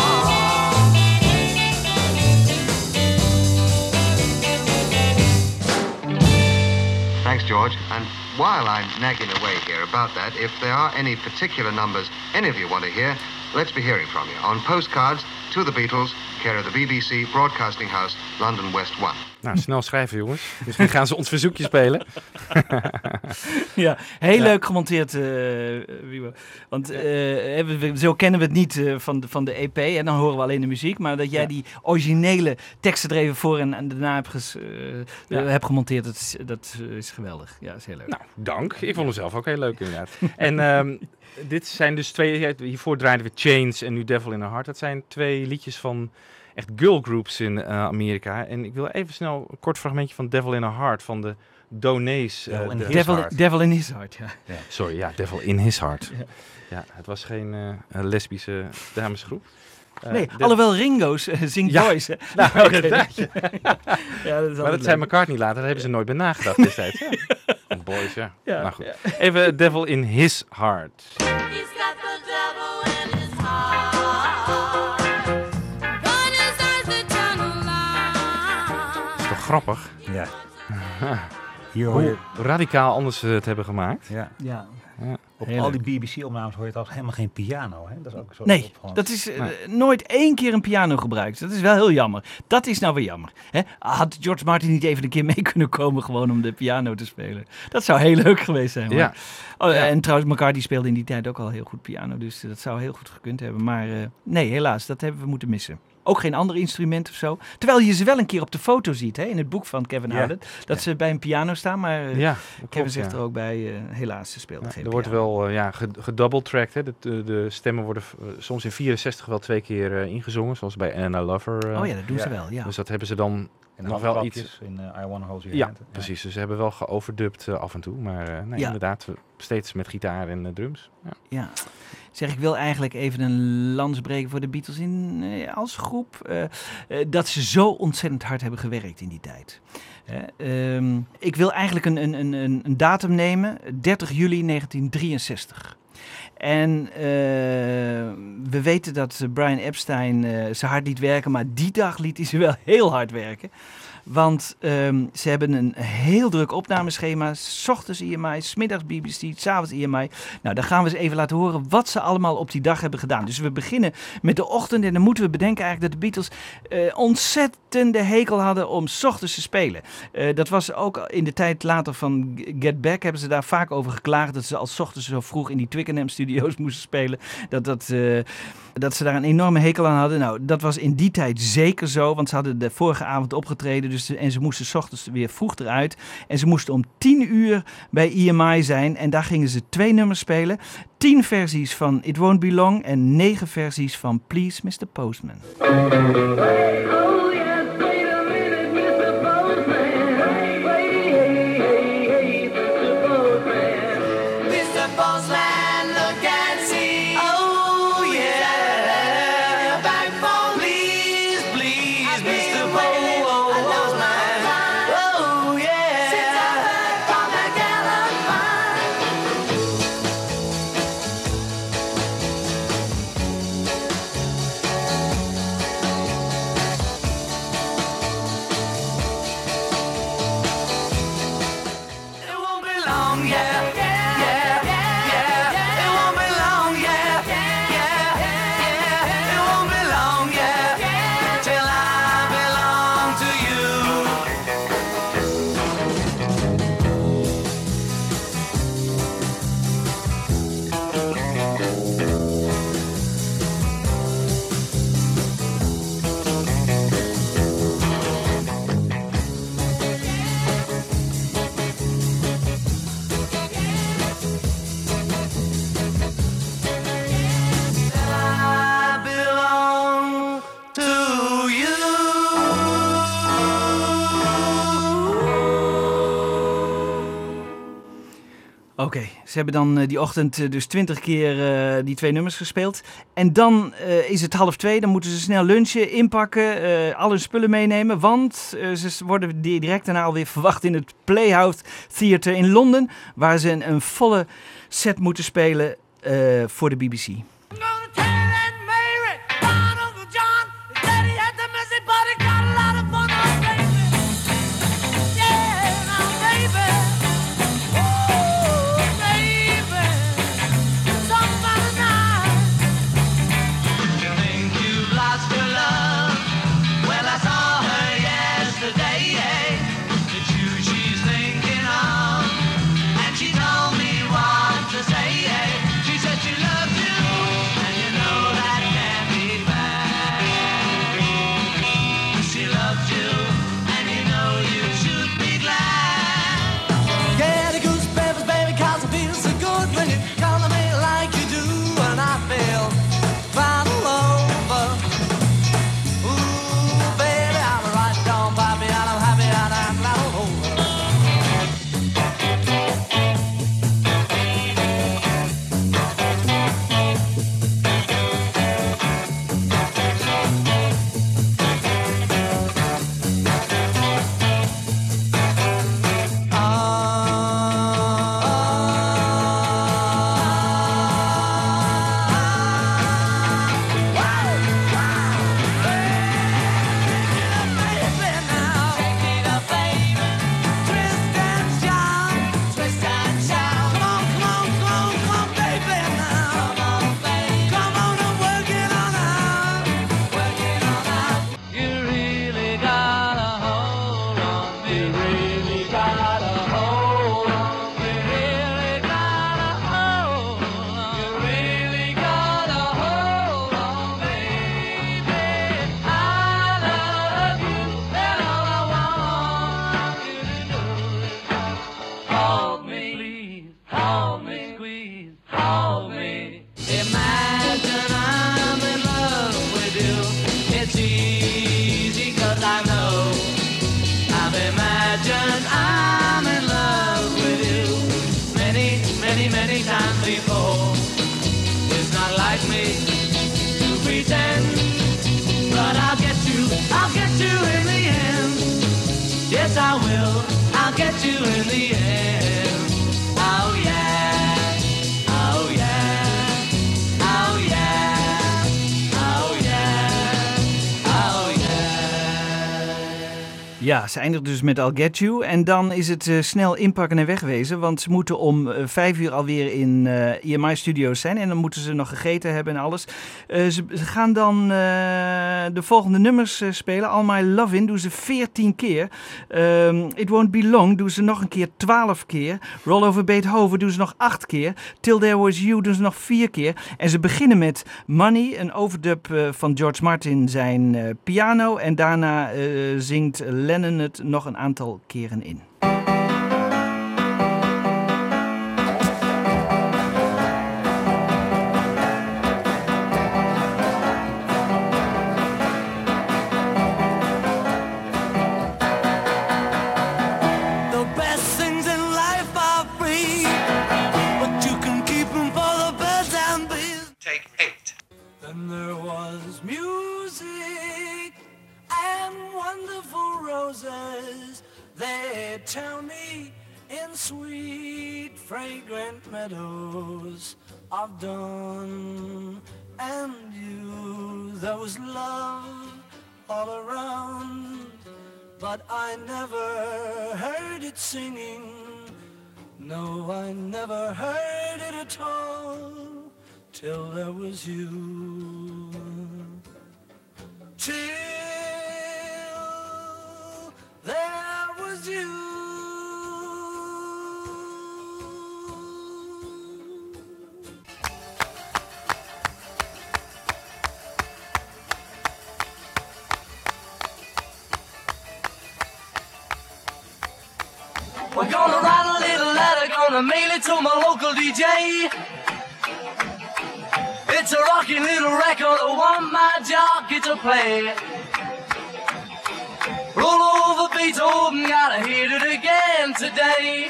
Thanks, George. And while I'm nagging away here about that, if there are any particular numbers any of you want to hear, let's be hearing from you on postcards to the Beatles, care of the BBC Broadcasting House, London West 1. Nou, snel schrijven jongens. Misschien gaan ze ons verzoekje spelen. Ja, heel leuk gemonteerd, Wiebo. Want zo kennen we het niet van de EP. En dan horen we alleen de muziek. Maar dat jij die originele teksten er even voor en daarna hebt gemonteerd, dat is geweldig. Ja, dat is heel leuk. Nou, dank. Ik vond hem zelf ook heel leuk inderdaad. En dit zijn dus twee... Hiervoor draaiden we Chains en nu Devil in Her Heart. Dat zijn twee liedjes van echt girl groups in Amerika. En ik wil even snel een kort fragmentje van Devil in Her Heart van de donees. Devil in His Heart, ja. Sorry, ja, Devil in His Heart. Ja. Ja, het was geen lesbische damesgroep. Nee, alhoewel Ringo's zingt boys. Hè? Nou, inderdaad. Ja, dat is maar dat zei McCartney later, daar hebben ze nooit bij nagedacht destijds. Ja. Boys, ja. Nou goed. Ja. Even Devil in His Heart. Dat is toch grappig? Ja. Hier hoor Hoe je radicaal anders ze het hebben gemaakt. Ja. Ja. Op Heerlijk. al die BBC-opnames hoor je trouwens helemaal geen piano. Hè? Dat is ook zo Nee, opvallend. dat is nooit één keer een piano gebruikt. Dat is wel heel jammer. Dat is nou weer jammer. Hè? Had George Martin niet even een keer mee kunnen komen gewoon om de piano te spelen? Dat zou heel leuk geweest zijn. Ja. Oh, en trouwens, McCartney speelde in die tijd ook al heel goed piano. Dus dat zou heel goed gekund hebben. Maar nee, helaas, dat hebben we moeten missen. Ook geen ander instrument of zo. Terwijl je ze wel een keer op de foto ziet, hè, in het boek van Kevin Howlett. Dat ze bij een piano staan, maar Kevin zegt er ook bij, helaas, ze speelde geen er piano. wordt wel gedouble-tracked. Hè. De stemmen worden soms in 64 wel 2 keer ingezongen, zoals bij Anna Lover. Oh ja, dat doen ze wel, ja. Dus dat hebben ze dan En nog wel iets... in I Wanna Hold Your Ja, Hand. precies. Dus ze hebben wel geoverdubt af en toe. Maar inderdaad, steeds met gitaar en drums. Ja. Zeg, ik wil eigenlijk even een lans breken voor de Beatles als groep. Dat ze zo ontzettend hard hebben gewerkt in die tijd. Ik wil eigenlijk een datum nemen. 30 juli 1963. En we weten dat Brian Epstein ze hard liet werken, maar die dag liet hij ze wel heel hard werken. Want ze hebben een heel druk opnameschema. 's Ochtends EMI, 's middags BBC, 's avonds EMI. Nou, dan gaan we eens even laten horen wat ze allemaal op die dag hebben gedaan. Dus we beginnen met de ochtend. En dan moeten we bedenken eigenlijk dat de Beatles ontzettende hekel hadden om 's ochtends te spelen. Dat was ook in de tijd later van Get Back. Hebben ze daar vaak over geklaagd. Dat ze al 's ochtends zo vroeg in die Twickenham studio's moesten spelen. Dat ze daar een enorme hekel aan hadden. Nou, dat was in die tijd zeker zo. Want ze hadden de vorige avond opgetreden. En ze moesten 's ochtends weer vroeg eruit. En ze moesten om 10 uur bij EMI zijn. En daar gingen ze 2 nummers spelen. 10 versies van It Won't Be Long. En 9 versies van Please Mr. Postman. Oké, ze hebben dan die ochtend dus 20 keer die 2 nummers gespeeld. En dan is het 1:30, dan moeten ze snel lunchen, inpakken, al hun spullen meenemen. Want ze worden direct daarna alweer verwacht in het Playhouse Theatre in Londen. Waar ze een volle set moeten spelen voor de BBC. She told me what to say. She said she loved you. many, many times before. It's not like me to pretend, but I'll get you in the end. Yes, I will, I'll get you in the end. Oh yeah, oh yeah, oh yeah, oh yeah, oh yeah. Ja, ze eindigt dus met I'll Get You. En dan is het snel inpakken en wegwezen. Want ze moeten om 5 uur alweer in EMI Studios zijn. En dan moeten ze nog gegeten hebben en alles. Ze gaan dan de volgende nummers spelen. All My Lovin' doen ze 14 keer. It Won't Be Long doen ze nog een keer 12 keer. Roll Over Beethoven doen ze nog 8 keer. Till There Was You doen ze nog 4 keer. En ze beginnen met Money, een overdub van George Martin zijn piano. En daarna zingt Lennon het nog een aantal keren in. The best things in life are free, but you can keep them for the birds and bees. Take 8. Then there was music and wonderful roses. They tell me in sweet, fragrant meadows of dawn and you. There was love all around, but I never heard it singing. No, I never heard it at all till there was you. Till there was you. We're gonna write a little letter, gonna mail it to my local DJ. It's a rocking little record, I want my jockey to play. Roll over Beethoven, gotta hear it again today.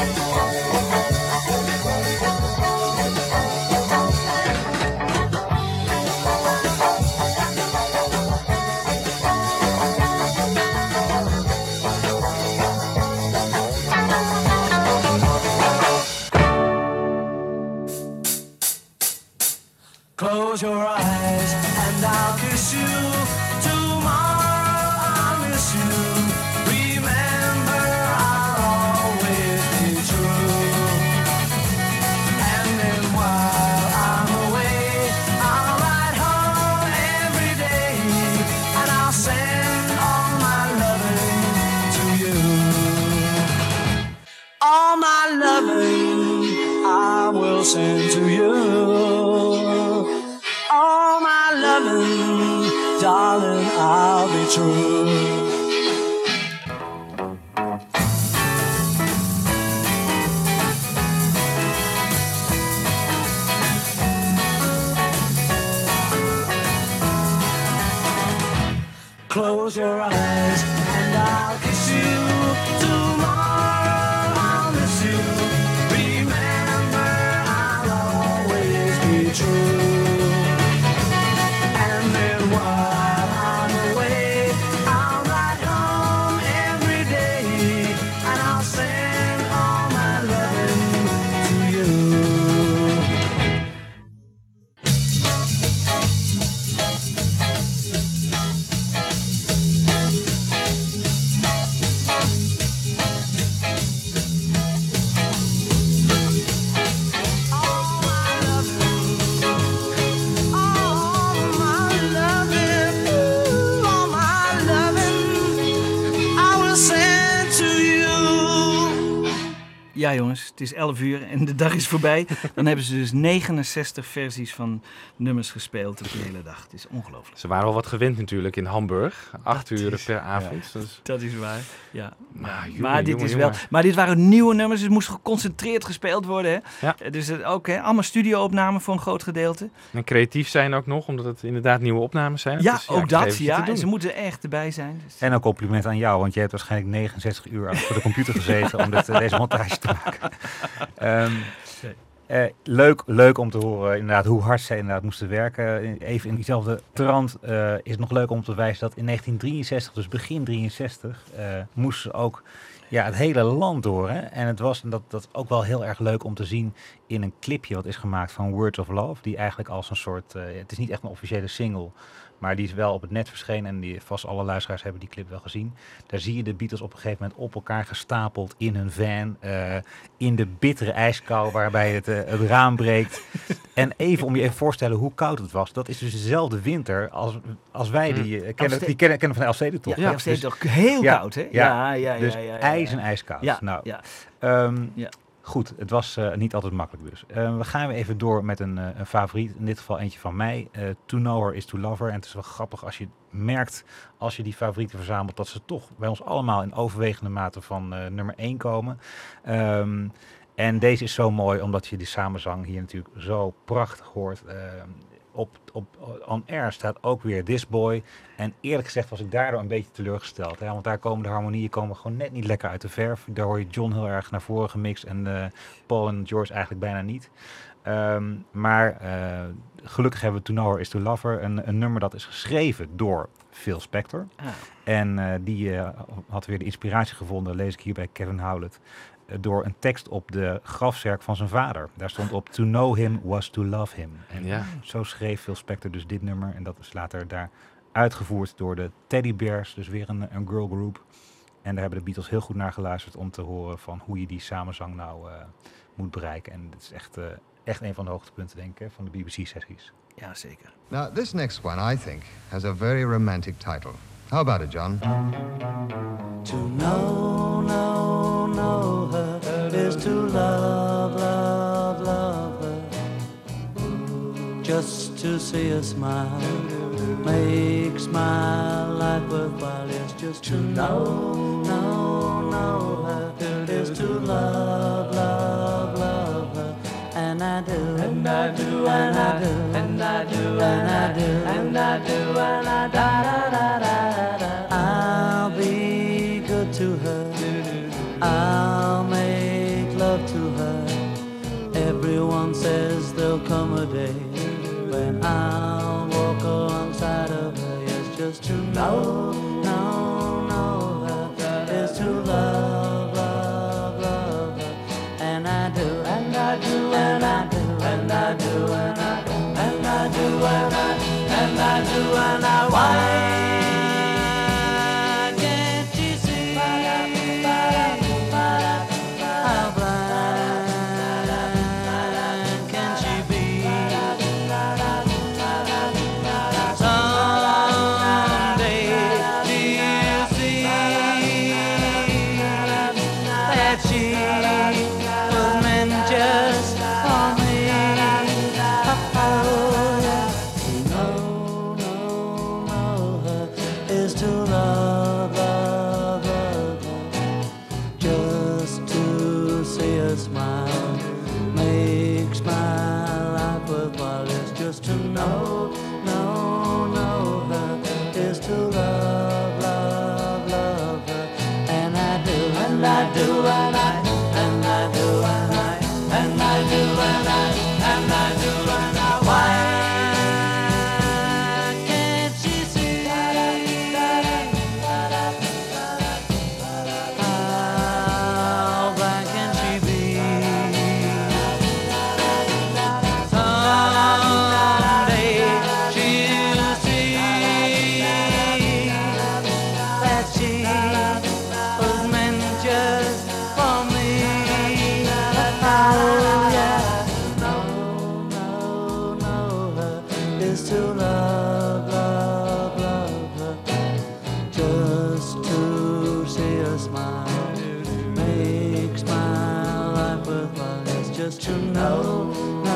Close your eyes and I'll kiss you. Tomorrow I'll miss you. Remember, I'll always be true. And then while I'm away, I'll ride home every day, and I'll send all my loving to you. All my loving I will send to you. All my loving, darling, I'll be true. Close your eyes and I'll kiss you. Tomorrow I'll miss you. Remember, I'll always be true. Ja jongens, het is 11 uur en de dag is voorbij. Dan hebben ze dus 69 versies van nummers gespeeld op de hele dag. Het is ongelooflijk. Ze waren al wat gewend natuurlijk in Hamburg. 8 uur per avond. Ja, dat is waar, ja. Jongen. Maar dit waren nieuwe nummers, dus het moest geconcentreerd gespeeld worden. Hè? Ja. Dus ook allemaal studio-opnamen voor een groot gedeelte. En creatief zijn ook nog, omdat het inderdaad nieuwe opnames zijn. Ja, dus, ook dat. Ja, en ze moeten echt erbij zijn. Dus. En een compliment aan jou, want jij hebt waarschijnlijk 69 uur voor de computer gezeten om deze montage te maken. Leuk om te horen inderdaad hoe hard zij inderdaad moesten werken. Even in diezelfde trant is het nog leuk om te wijzen dat in 1963, dus begin 63, moesten ze ook het hele land door. Hè? En het was dat ook wel heel erg leuk om te zien in een clipje wat is gemaakt van Words of Love. Die eigenlijk als een soort, het is niet echt een officiële single, maar die is wel op het net verschenen en vast alle luisteraars hebben die clip wel gezien. Daar zie je de Beatles op een gegeven moment op elkaar gestapeld in hun van, in de bittere ijskou waarbij het raam breekt. En even om je even voorstellen hoe koud het was. Dat is dus dezelfde winter als wij die kennen van de Elfstedentocht. Ja, Elfstedentocht, heel koud hè? Ja. Dus ijs en ijskoud. Ja. Goed, het was niet altijd makkelijk dus. We gaan weer even door met een favoriet. In dit geval eentje van mij. To Know Her is to Love Her. En het is wel grappig als je merkt, als je die favorieten verzamelt, dat ze toch bij ons allemaal in overwegende mate van nummer 1 komen. En deze is zo mooi, omdat je die samenzang hier natuurlijk zo prachtig hoort. Op On Air staat ook weer This Boy. En eerlijk gezegd was ik daardoor een beetje teleurgesteld. Hè? Want daar komen de harmonieën gewoon net niet lekker uit de verf. Daar hoor je John heel erg naar voren gemixt en Paul en George eigenlijk bijna niet. Maar gelukkig hebben we To Know Her is to Love Her. Een nummer dat is geschreven door Phil Spector. En die had weer de inspiratie gevonden, lees ik hier bij Kevin Howlett, door een tekst op de grafzerk van zijn vader. Daar stond op: To know him was to love him. En zo schreef Phil Spector dus dit nummer. En dat is later daar uitgevoerd door de Teddy Bears. Dus weer een girl group. En daar hebben de Beatles heel goed naar geluisterd om te horen van hoe je die samenzang nou moet bereiken. En het is echt een van de hoogtepunten, denk ik, van de BBC-sessies. Ja, zeker. Now, this next one, I think, has a very romantic title. How about it, John? To know her is to love her. Just to see her smile makes my life worthwhile. It's just to know her is to love her. And I do, and I do, and I do, and I do, and I do, and I do, and I do. I'll be good to her. I'll make love to her. Everyone says there'll come a day when I'll walk alongside of her. Yes, just to know her is to love her. And I do, and I do, and I do, and I do, and I do, and I do, and I do, and I do, and I why can't you see how blind can she be? Someday she'll see that she was meant just for me. Know her is to love her. Just to see her smile makes my life worthwhile. It's just to know her is to love her. And I do, and I do, and I do, and I do, and I do, and I do, and I do, and I do, and I why can't she see how blind can she be? Someday she'll see that she was meant just for me. Oh yeah, know her is to love her. Just to see her smile makes my life worthwhile. It's just to know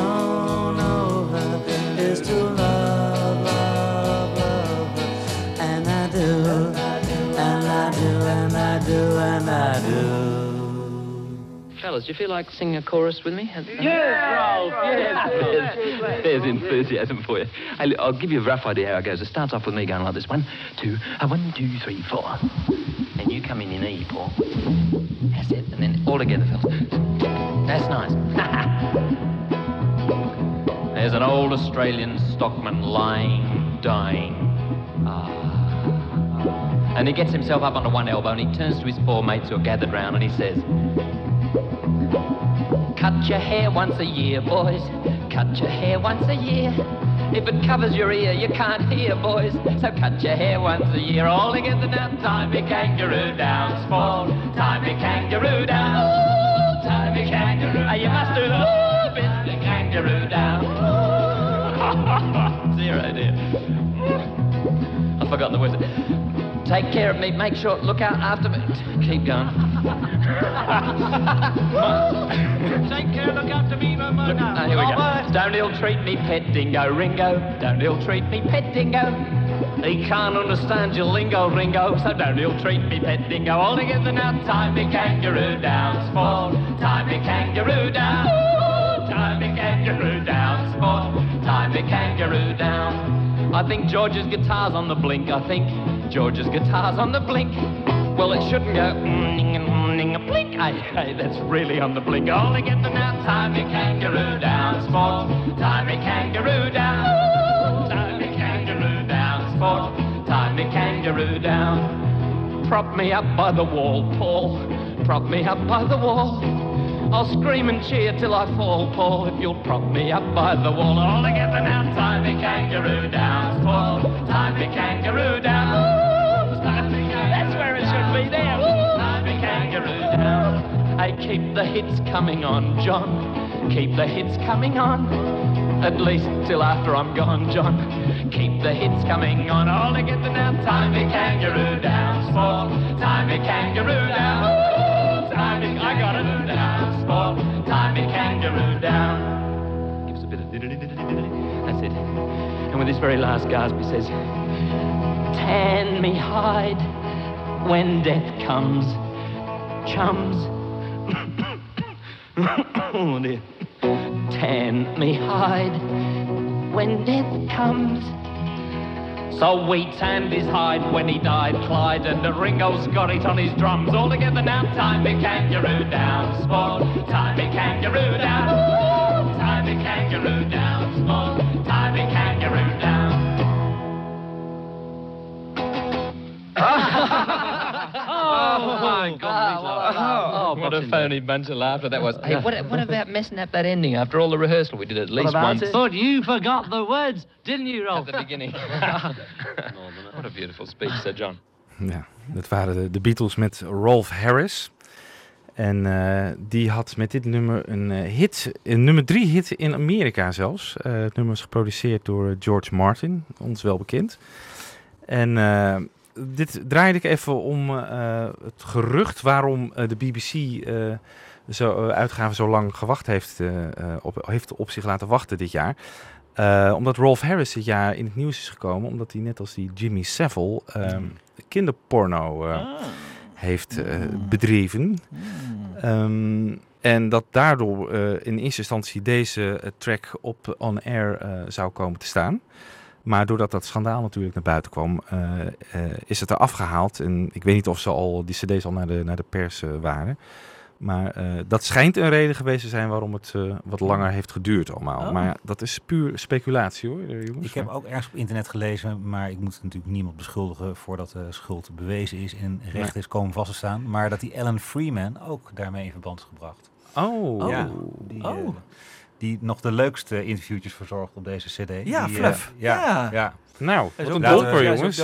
her is to love her. And I do, and I do, and I do, and I do. Fellas, do you feel like singing a chorus with me? Yes, Ralph, yes. There's enthusiasm for you. I'll give you a rough idea how it goes. It starts off with me going like this. 1, 2, 1, 2, 3, 4. And you come in E, Paul. That's it. And then all together, fellas. That's nice. There's an old Australian stockman lying, dying. And he gets himself up onto one elbow and he turns to his four mates who are gathered round and he says, cut your hair once a year, boys. Cut your hair once a year. If it covers your ear, you can't hear, boys. So cut your hair once a year. All together now, timey kangaroo down. Sport, timey kangaroo down. Ooh, timey kangaroo. You must do the bit the kangaroo down. Zero, dear. I've forgotten the words. Take care of me, make sure, look out after me. Keep going. Take care, look after me, no more now. Here we go. Don't ill-treat me, pet dingo, Ringo. Don't ill-treat me, pet dingo. He can't understand your lingo, Ringo. So don't ill-treat me, pet dingo. All together now, tie me kangaroo down, sport. Tie me kangaroo down. Ooh, tie me kangaroo down, sport. Tie me kangaroo down. I think George's guitar's on the blink, I think. George's guitar's on the blink. Well, it shouldn't go blink. Hey, that's really on the blink. All together now, tie me kangaroo down, sport. Tie me kangaroo down. Tie me kangaroo down, sport. Tie me kangaroo down. Prop me up by the wall, Paul. Prop me up by the wall. I'll scream and cheer till I fall, Paul, if you'll prop me up by the wall. All together now, tie me kangaroo down, Paul. Tie me kangaroo down. That's where it should be, there. Tie me kangaroo down. Hey, keep the hits coming on, John. Keep the hits coming on. At least till after I'm gone, John. Keep the hits coming on. All together now, tie me kangaroo down, Paul. Tie me kangaroo down. Tie me, I got it down, sport. Tie me kangaroo down. Gives a bit of that's it. And with this very last gasp, he says, tan me hide when death comes, chums. Oh dear. Tan me hide when death comes. So we tanned his hide when he died, Clyde, and Ringo's got it on his drums. All together now, tie me kangaroo down, sport. Tie me kangaroo down. Tie me kangaroo down, sport. Tie me kangaroo down. Oh my God! Oh, what a phony bunch of laughter that was. Hey, what about messing up that ending after all the rehearsal? We did it at least once. But you forgot the words, didn't you, Rolf? At the beginning. What a beautiful speech, Sir John. Ja, dat waren de Beatles met Rolf Harris. En die had met dit nummer een nummer 3 hit in Amerika zelfs. Het nummer is geproduceerd door George Martin, ons wel bekend. En dit draaide ik even om het gerucht waarom de BBC uitgaven zo lang gewacht heeft op zich laten wachten dit jaar. Omdat Rolf Harris dit jaar in het nieuws is gekomen, omdat hij net als die Jimmy Savile kinderporno heeft bedreven. En dat daardoor in eerste instantie deze track op On Air zou komen te staan. Maar doordat dat schandaal natuurlijk naar buiten kwam, is het er afgehaald. En ik weet niet of die cd's al naar de pers waren. Maar dat schijnt een reden geweest te zijn waarom het wat langer heeft geduurd allemaal. Maar dat is puur speculatie hoor, jongens. Ik heb ook ergens op internet gelezen, maar ik moet natuurlijk niemand beschuldigen voordat de schuld bewezen is en recht is komen vast te staan. Maar dat die Alan Freeman ook daarmee in verband is gebracht. Ja, die nog de leukste interviewtjes verzorgt op deze cd. Ja, Fluff. Ja. Nou, dat is ook doper, jongens.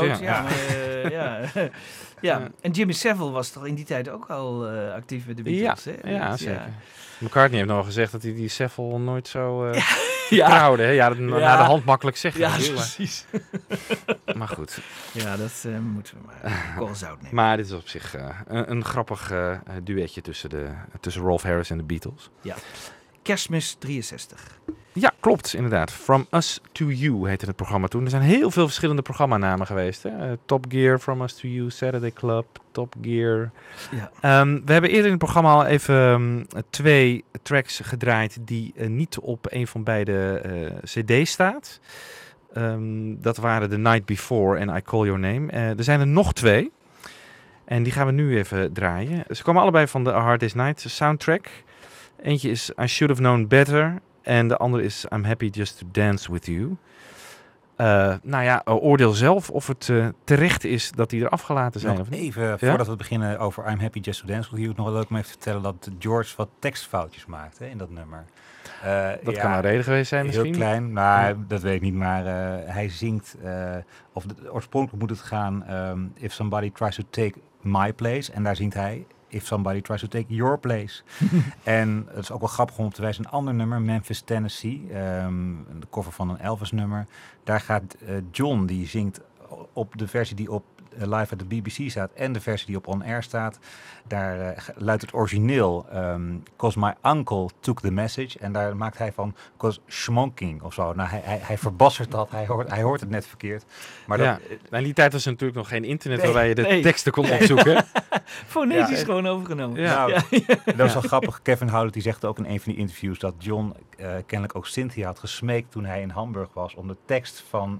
Ja. En Jimmy Savile was toch in die tijd ook al actief met de Beatles, hè? Ja, zeker. McCartney heeft nog gezegd dat hij die Savile nooit zo trouwde. Hè? Ja, dat naar de hand makkelijk zeggen. Ja, precies. Maar goed. Ja, dat moeten we maar koolzout nemen. Maar dit is op zich een grappig duetje tussen Rolf Harris en de Beatles. Ja. Kerstmis 63. Ja, klopt, inderdaad. From Us to You heette het programma toen. Er zijn heel veel verschillende programmanamen geweest. Hè? Top Gear, From Us to You, Saturday Club, Top Gear. Ja. We hebben eerder in het programma al even 2 tracks gedraaid die niet op een van beide cd's staat. Dat waren The Night Before en I Call Your Name. Er zijn er nog 2. En die gaan we nu even draaien. Ze komen allebei van de A Hard Day's Night soundtrack. Eentje is I Should Have Known Better. En de andere is I'm Happy Just to Dance With You. Oordeel zelf of het terecht is dat die er afgelaten zijn. Nog of niet. even, voordat we beginnen over I'm Happy Just to Dance With You, het nog wel leuk om even te vertellen dat George wat tekstfoutjes maakt in dat nummer. Dat kan een reden geweest zijn misschien? Heel klein, maar dat weet ik niet. Maar hij zingt, oorspronkelijk moet het gaan, If Somebody Tries to Take My Place. En daar zingt hij, If Somebody Tries to Take Your Place. En het is ook wel grappig om op te wijzen. Een ander nummer, Memphis, Tennessee. De cover van een Elvis nummer. Daar gaat John, die zingt op de versie die op live at the BBC staat en de versie die op On Air staat. Daar luidt het origineel 'Cause my uncle took the message. En daar maakt hij van 'cause schmonking of zo. Nou, hij verbassert dat. Hij hoort het net verkeerd. Maar ja, in die tijd was er natuurlijk nog geen internet waarbij je de teksten kon opzoeken. Fonetisch gewoon overgenomen. Ja. Nou, dat was wel grappig. Kevin Howlett die zegt ook in een van die interviews dat John kennelijk ook Cynthia had gesmeekt toen hij in Hamburg was om de tekst van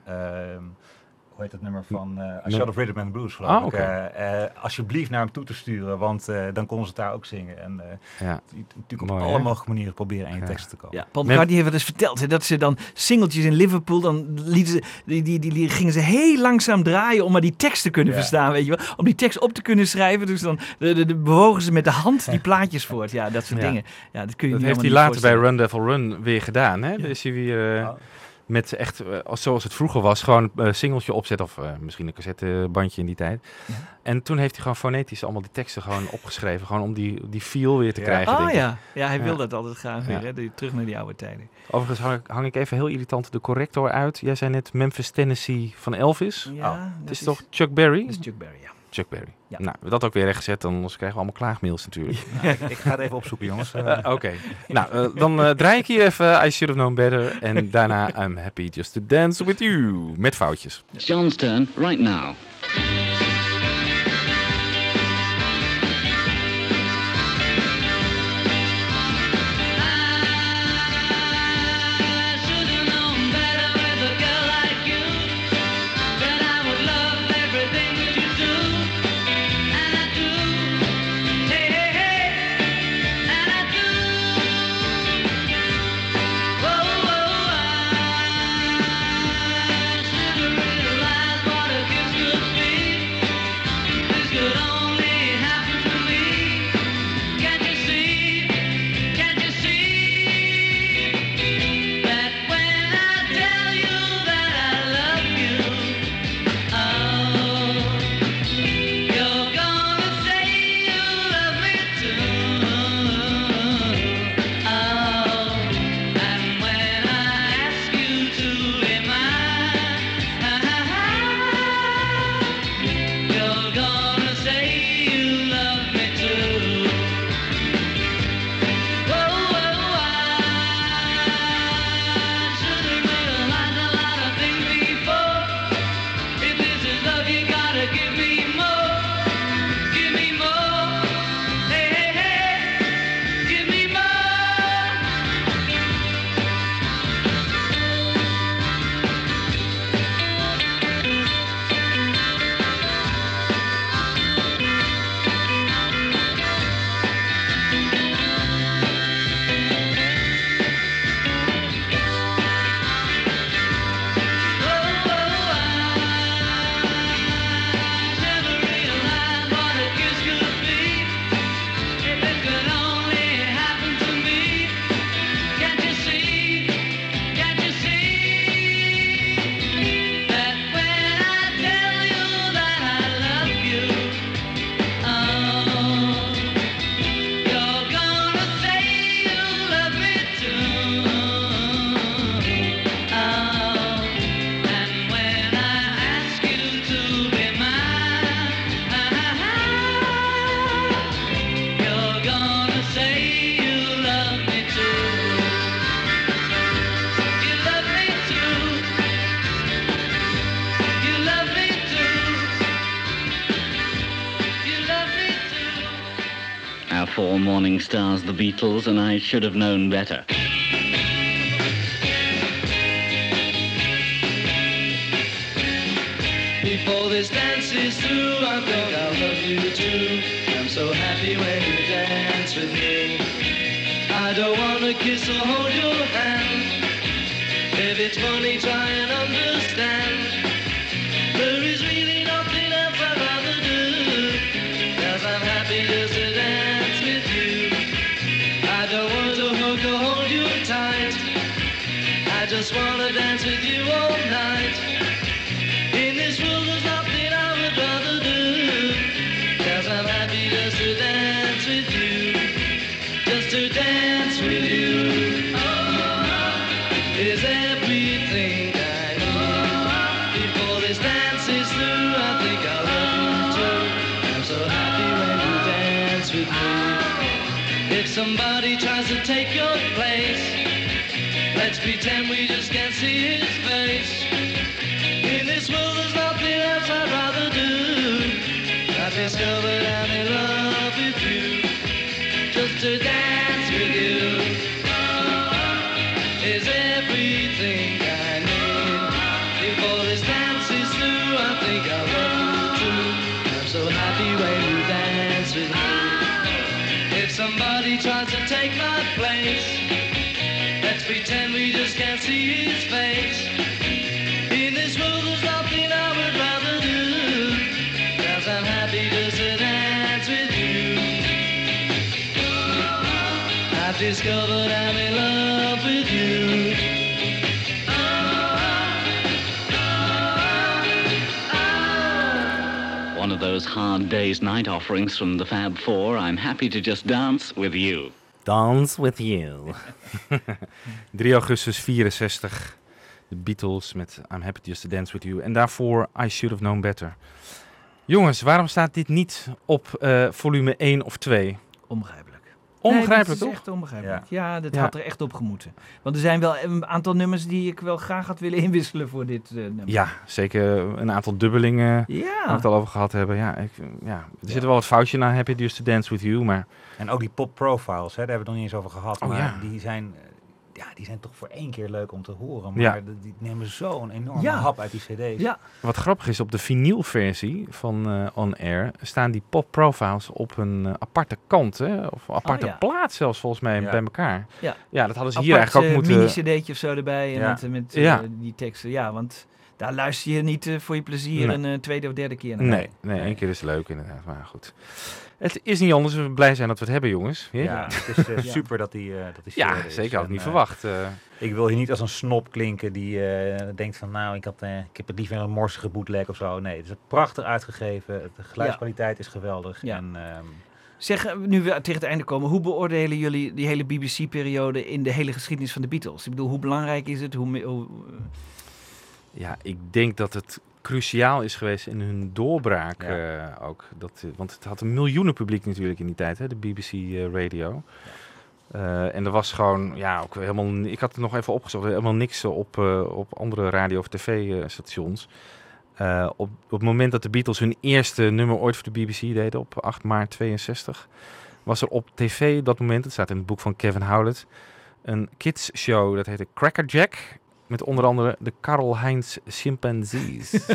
hoe heet het nummer van A Shot of Rhythm and Blues, geloof ik. Alsjeblieft naar hem toe te sturen, want dan konden ze het daar ook zingen. En natuurlijk op alle mogelijke manieren proberen aan je teksten te komen. Ja, Paul McCartney heeft het eens verteld, dat ze dan singeltjes in Liverpool, dan lieten ze, die gingen ze heel langzaam draaien om maar die tekst te kunnen verstaan, weet je wel. Om die tekst op te kunnen schrijven, dus dan bewogen ze met de hand die plaatjes voort. Ja, dat soort dingen. Ja, dat kun je dat niet heeft hij later bij Run Devil Run weer gedaan, hè? Ja. Dan is hij weer met echt, zoals het vroeger was, gewoon een singeltje opzetten of misschien een cassettebandje in die tijd. Ja. En toen heeft hij gewoon fonetisch allemaal die teksten gewoon opgeschreven, gewoon om die feel weer te krijgen. Denk ik. Ja, hij wil dat altijd graag weer, hè? Terug naar die oude tijden. Overigens hang ik even heel irritant de corrector uit. Jij zei net Memphis, Tennessee van Elvis. Ja, het is toch Chuck Berry? Dat is Chuck Berry, ja. Chuck Berry. Ja. Nou, dat ook weer rechtgezet, anders krijgen we allemaal klaagmails natuurlijk. Ik ga het even opzoeken, jongens. Oké. Nou, dan draai ik hier even I Should Have Known Better en daarna I'm Happy Just to Dance With You. Met foutjes. It's John's turn right now. Four morning stars, the Beatles, and I Should Have Known Better. Before this dance is through, I think I'll love you too. I'm so happy when you dance with me. I I don't wanna kiss or hold your hand. If it's funny, try and understand. There is really nothing else I'd rather do, 'cause I'm happy just to dance with you. I don't want to hug or hold you tight. I just wanna dance with you all night. In this world there's nothing I would rather do, 'cause I'm happy just to dance with you. Just to dance with you is everything I need. Before this dance is through, I think I love you too. I'm so happy when you dance with me. If somebody tries to take your place, let's pretend we just can't see his face. In this world there's nothing else I'd rather do. I've discovered I'm in love with you. Just to dance with you is everything I need. Before this dance is through, I think I love you too. I'm so happy when you dance with me. If somebody tries to take my place, let's pretend we just can't see his face. In this world there's nothing I would rather do, 'cause I'm happy just to dance with you. I've discovered I'm in love with you. One of those hard days night offerings from the Fab Four. I'm happy to just dance with you. Dance with you. 3 augustus 64. De Beatles met I'm happy just to dance with you. En daarvoor I should have known better. Jongens, waarom staat dit niet op volume 1 of 2? Onbegrijpelijk. Onbegrijpelijk, nee, toch? Dat is echt onbegrijpelijk. Ja, dat had er echt op gemoeten. Want er zijn wel een aantal nummers die ik wel graag had willen inwisselen voor dit nummer. Ja, zeker een aantal dubbelingen waar we het al over gehad hebben. Ja, er zit wel wat foutje naar Happy Just to Dance With You, maar... En ook die pop profiles, hè, daar hebben we het nog niet eens over gehad. Oh, maar ja. die zijn toch voor 1 keer leuk om te horen. Maar die nemen zo'n enorme hap uit die cd's. Ja. Wat grappig is, op de vinylversie van On Air staan die pop profiles op een aparte kant, hè? Of een aparte plaat zelfs volgens mij bij elkaar. Ja, dat hadden ze hier eigenlijk ook moeten... mini-cd'tje of zo erbij en met die teksten. Ja, want daar luister je niet voor je plezier een tweede of derde keer naar. Nee, 1 keer is leuk inderdaad, maar goed. Het is niet anders, we blij zijn dat we het hebben, jongens. Ja, het is super dat die ja, zeker, had ik niet verwacht. Ik wil hier niet als een snop klinken die denkt van nou, ik heb het liever een morsige bootleg of zo. Nee, het is prachtig uitgegeven, de geluidskwaliteit is geweldig. Ja. En, zeg, nu we tegen het einde komen, hoe beoordelen jullie die hele BBC-periode in de hele geschiedenis van de Beatles? Ik bedoel, hoe belangrijk is het? Ja, ik denk dat het cruciaal is geweest in hun doorbraak ook. Want het had een miljoenen publiek natuurlijk in die tijd, hè, de BBC Radio. En er was gewoon, ook helemaal, ik had het nog even opgezocht, helemaal niks op andere radio- of tv-stations. Op het moment dat de Beatles hun eerste nummer ooit voor de BBC deden, op 8 maart 62, was er op tv dat moment, het staat in het boek van Kevin Howlett, een kids show, dat heette Cracker Jack. Met onder andere de Karl-Heinz Chimpanzees.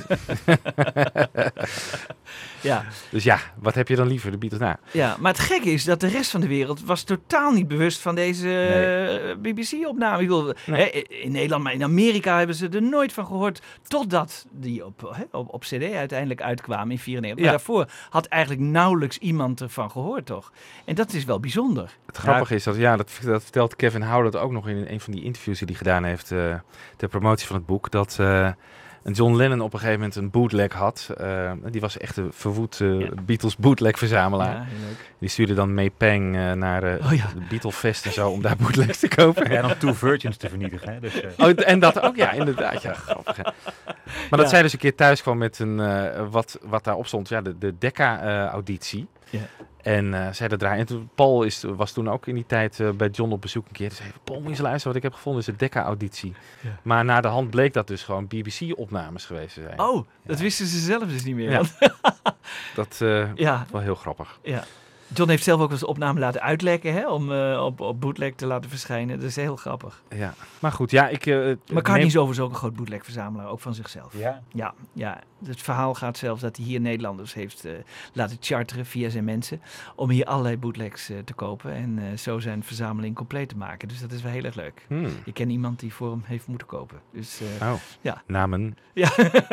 Ja. Dus ja, wat heb je dan liever, de Beatles? Nou. Ja, maar het gekke is dat de rest van de wereld was totaal niet bewust van deze BBC-opname. Ik bedoel, in Nederland, maar in Amerika hebben ze er nooit van gehoord. Totdat die op CD uiteindelijk uitkwamen in 1994. Maar daarvoor had eigenlijk nauwelijks iemand ervan gehoord, toch? En dat is wel bijzonder. Het grappige is dat vertelt Kevin Howlett ook nog in een van die interviews die hij gedaan heeft ter promotie van het boek, dat John Lennon op een gegeven moment een bootleg had. Die was echt een verwoed Beatles bootleg verzamelaar. Ja, heel leuk. Die stuurde dan May Pang naar de Beatlefest en zo om daar bootlegs te kopen. Ja, om Two Virgins te vernietigen. Hè? Dus, en dat ook, ja, inderdaad. Ja, grappig. Hè? Maar dat zij dus een keer thuis kwam met een wat daarop stond, de Decca-auditie. Ja. En zij dat draaien. En Paul was toen ook in die tijd bij John op bezoek een keer. Dus zei, Paul, moet je eens luisteren, wat ik heb gevonden is de Decca-auditie. Ja. Maar na de hand bleek dat dus gewoon BBC-opnames geweest te zijn. Oh, dat wisten ze zelf dus niet meer. Ja. Dat was wel heel grappig. Ja. John heeft zelf ook wel eens opname laten uitlekken, hè, om op bootleg te laten verschijnen. Dat is heel grappig. Ja, maar goed, ja, McCartney is overigens ook een groot bootleg-verzamelaar, ook van zichzelf. Ja? Ja. Het verhaal gaat zelfs dat hij hier Nederlanders heeft laten charteren via zijn mensen, om hier allerlei bootlegs te kopen en zo zijn verzameling compleet te maken. Dus dat is wel heel erg leuk. Ik ken iemand die voor hem heeft moeten kopen. Dus, ja. Namen? Ja.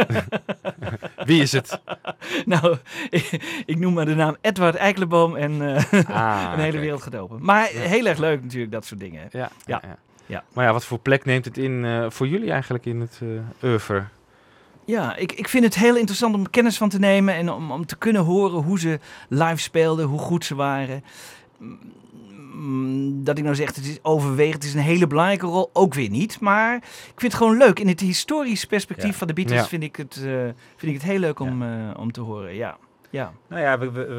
Wie is het? Nou, ik noem maar de naam Edward Eikelenboom en een hele wereld gaat open. Maar heel erg leuk natuurlijk, dat soort dingen. Ja. Maar ja, wat voor plek neemt het in voor jullie eigenlijk in het oeuvre? Ja, ik vind het heel interessant om kennis van te nemen en om te kunnen horen hoe ze live speelden, hoe goed ze waren. Dat ik nou zeg, het is overwegend, het is een hele belangrijke rol, ook weer niet. Maar ik vind het gewoon leuk. In het historisch perspectief van de Beatles vind ik het heel leuk om te horen, ja. Nou ja,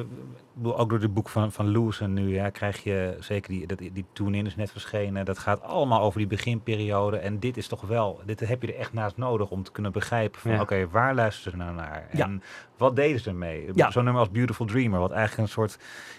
ook door het boek van Lewison nu krijg je zeker die Tune In is net verschenen. Dat gaat allemaal over die beginperiode. En dit is toch wel, dit heb je er echt naast nodig om te kunnen begrijpen van oké, waar luisteren ze nou naar? En wat deden ze ermee? Zo'n nummer als Beautiful Dreamer, wat eigenlijk een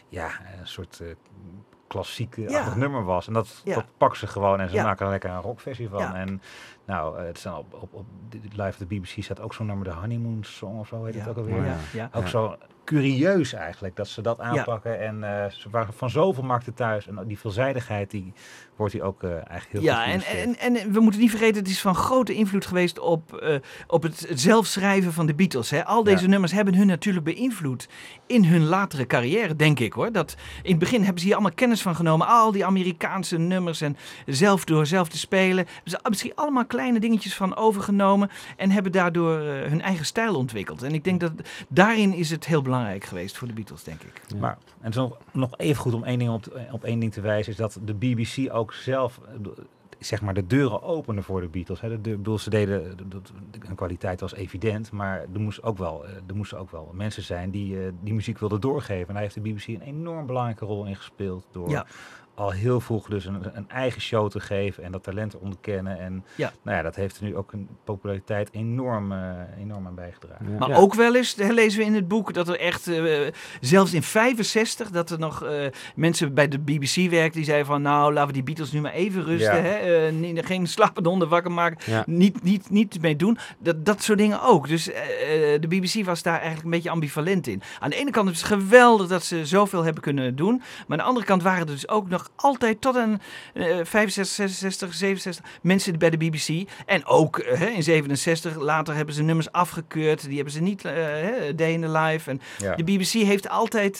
soort klassiek-achtig nummer was. En dat pakken ze gewoon en ze maken er lekker een rockversie van. En nou, het zijn op Live at the BBC staat ook zo'n nummer, de Honeymoon Song of zo heet het ook alweer. Ook zo curieus eigenlijk, dat ze dat aanpakken. En ze waren van zoveel markten thuis. En die veelzijdigheid, die wordt hier ook eigenlijk heel goed en we moeten niet vergeten, het is van grote invloed geweest op het zelfschrijven van de Beatles. Hè. Al deze nummers hebben hun natuurlijk beïnvloed in hun latere carrière, denk ik hoor. Dat in het begin hebben ze hier allemaal kennis van genomen. Al die Amerikaanse nummers en door zelf te spelen. Hebben ze misschien allemaal kleine dingetjes van overgenomen en hebben daardoor hun eigen stijl ontwikkeld. En ik denk dat daarin is het heel belangrijk geweest voor de Beatles, denk ik. Ja. Maar, en zo nog even goed om één ding op één ding te wijzen, is dat de BBC ook zelf zeg maar de deuren openen voor de Beatles. Hè. Ze deden, hun kwaliteit was evident, maar er moesten ook wel mensen zijn die muziek wilden doorgeven. En daar heeft de BBC een enorm belangrijke rol in gespeeld door al heel vroeg dus een eigen show te geven en dat talent te onderkennen. En nou ja, dat heeft er nu ook een populariteit enorm aan bijgedragen. Ja. Maar ook wel eens, lezen we in het boek, dat er echt, zelfs in 1965, dat er nog mensen bij de BBC werkten die zeiden van, nou, laten we die Beatles nu maar even rusten. Hè? Geen slapende honden wakker maken. Ja. Niet mee doen. Dat soort dingen ook. Dus de BBC was daar eigenlijk een beetje ambivalent in. Aan de ene kant is het geweldig dat ze zoveel hebben kunnen doen. Maar aan de andere kant waren er dus ook nog altijd tot een 65, 66, 67 mensen bij de BBC. En ook in 67, later hebben ze nummers afgekeurd. Die hebben ze niet Day in the Life. En de BBC heeft altijd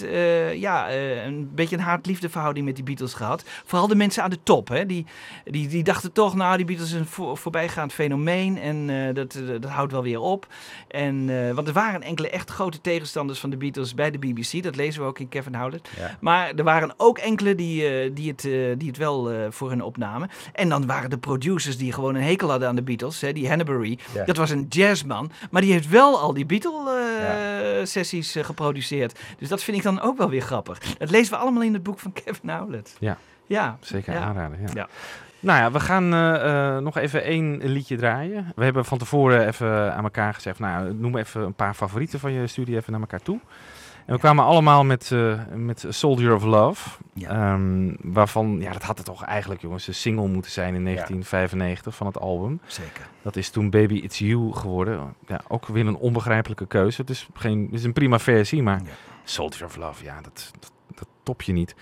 een beetje een haat-liefde verhouding met die Beatles gehad. Vooral de mensen aan de top. Hè. Die dachten toch, nou, die Beatles is een voorbijgaand fenomeen. En dat houdt wel weer op. Want er waren enkele echt grote tegenstanders van de Beatles bij de BBC. Dat lezen we ook in Kevin Howlett. Ja. Maar er waren ook enkele die het wel voor hun opnamen. En dan waren de producers die gewoon een hekel hadden aan de Beatles. Hè, die Hanbury, dat was een jazzman. Maar die heeft wel al die Beatle-sessies geproduceerd. Dus dat vind ik dan ook wel weer grappig. Dat lezen we allemaal in het boek van Kevin Howlett. Ja, zeker aanraden. Ja. Nou ja, we gaan nog even 1 liedje draaien. We hebben van tevoren even aan elkaar gezegd, nou, noem even een paar favorieten van je studie even naar elkaar toe. En we kwamen allemaal met Soldier of Love. Ja. Waarvan, dat had het toch eigenlijk, jongens, een single moeten zijn in 1995 van het album. Zeker. Dat is toen Baby It's You geworden. Ja, ook weer een onbegrijpelijke keuze. Het is een prima versie, maar Soldier of Love, dat top je niet.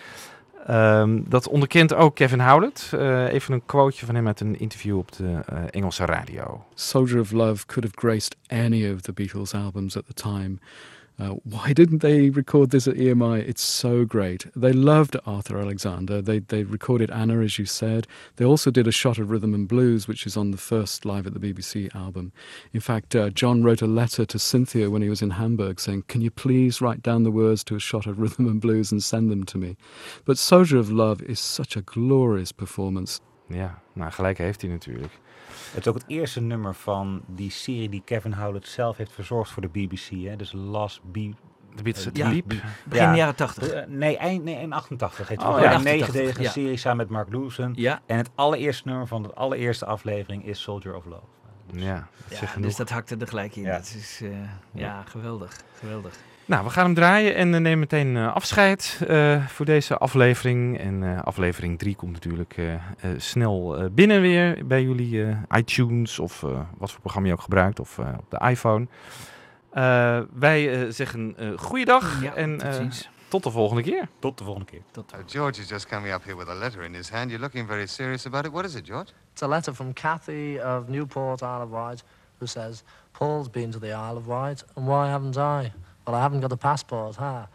Dat onderkent ook Kevin Howlett. Even een quoteje van hem uit een interview op de Engelse radio. Soldier of Love could have graced any of the Beatles albums at the time. Why didn't they record this at EMI? It's so great. They loved Arthur Alexander. They recorded Anna, as you said. They also did A Shot of Rhythm and Blues, which is on the first Live at the BBC album. In fact, John wrote a letter to Cynthia when he was in Hamburg saying, can you please write down the words to A Shot of Rhythm and Blues and send them to me? But Soldier of Love is such a glorious performance. Ja, nou gelijk heeft hij natuurlijk. Het is ook het eerste nummer van die serie die Kevin Howlett zelf heeft verzorgd voor de BBC. Hè? Dus Last Beat. De Beatles begin de jaren 80. Nee, in 88 heet het. Een 9-delige serie samen met Mark Lewison. Ja. En het allereerste nummer van de allereerste aflevering is Soldier of Love. Ja, dus dat hakte er gelijk in. Ja. Dat is geweldig. Nou, we gaan hem draaien en nemen meteen afscheid voor deze aflevering. En aflevering 3 komt natuurlijk snel binnen weer bij jullie iTunes of wat voor programma je ook gebruikt of op de iPhone. Wij zeggen goeiedag en tot de volgende keer. Tot de volgende keer. George is just coming up here with a letter in his hand. You're looking very serious about it. What is it, George? It's a letter from Kathy of Newport, Isle of Wight, who says, Paul's been to the Isle of Wight, and why haven't I? Well, I haven't got a passport, huh?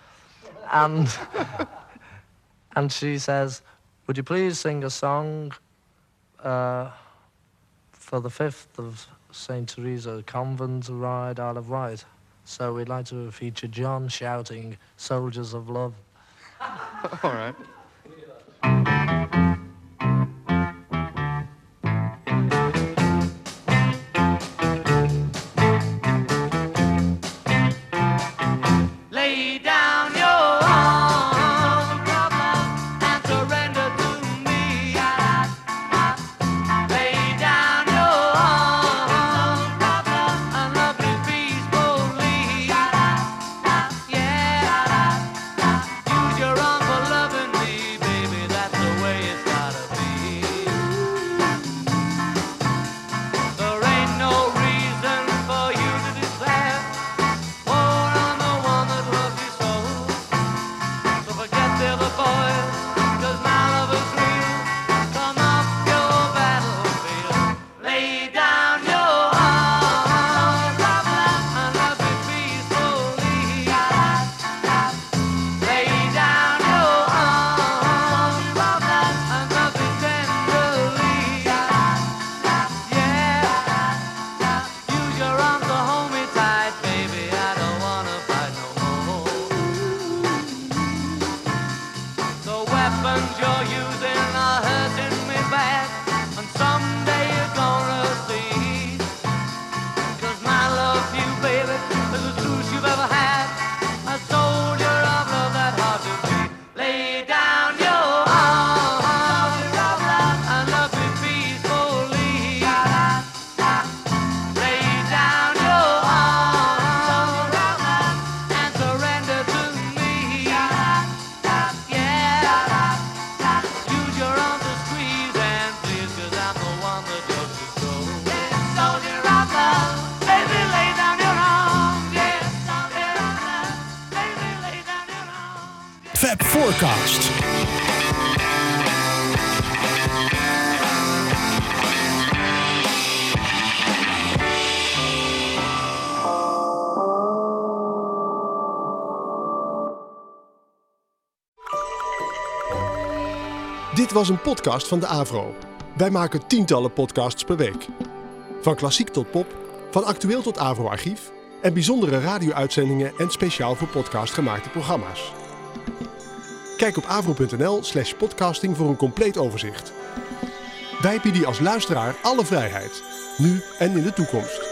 And she says, would you please sing a song for the 5th of St. Teresa Convent Ride, Isle of Wight? So we'd like to feature John shouting, Soldiers of Love. All right. Lay down your arms and surrender to me. Lay down your arms and love me peacefully. Yeah, use your arm for loving me, baby. That's the way it's gotta be. There ain't no reason for you to declare. Fab Forecast. Dit was een podcast van de AVRO. Wij maken tientallen podcasts per week. Van klassiek tot pop, van actueel tot AVRO-archief en bijzondere radio-uitzendingen en speciaal voor podcast gemaakte programma's. Kijk op avro.nl/podcasting voor een compleet overzicht. Wij bieden je als luisteraar alle vrijheid, nu en in de toekomst.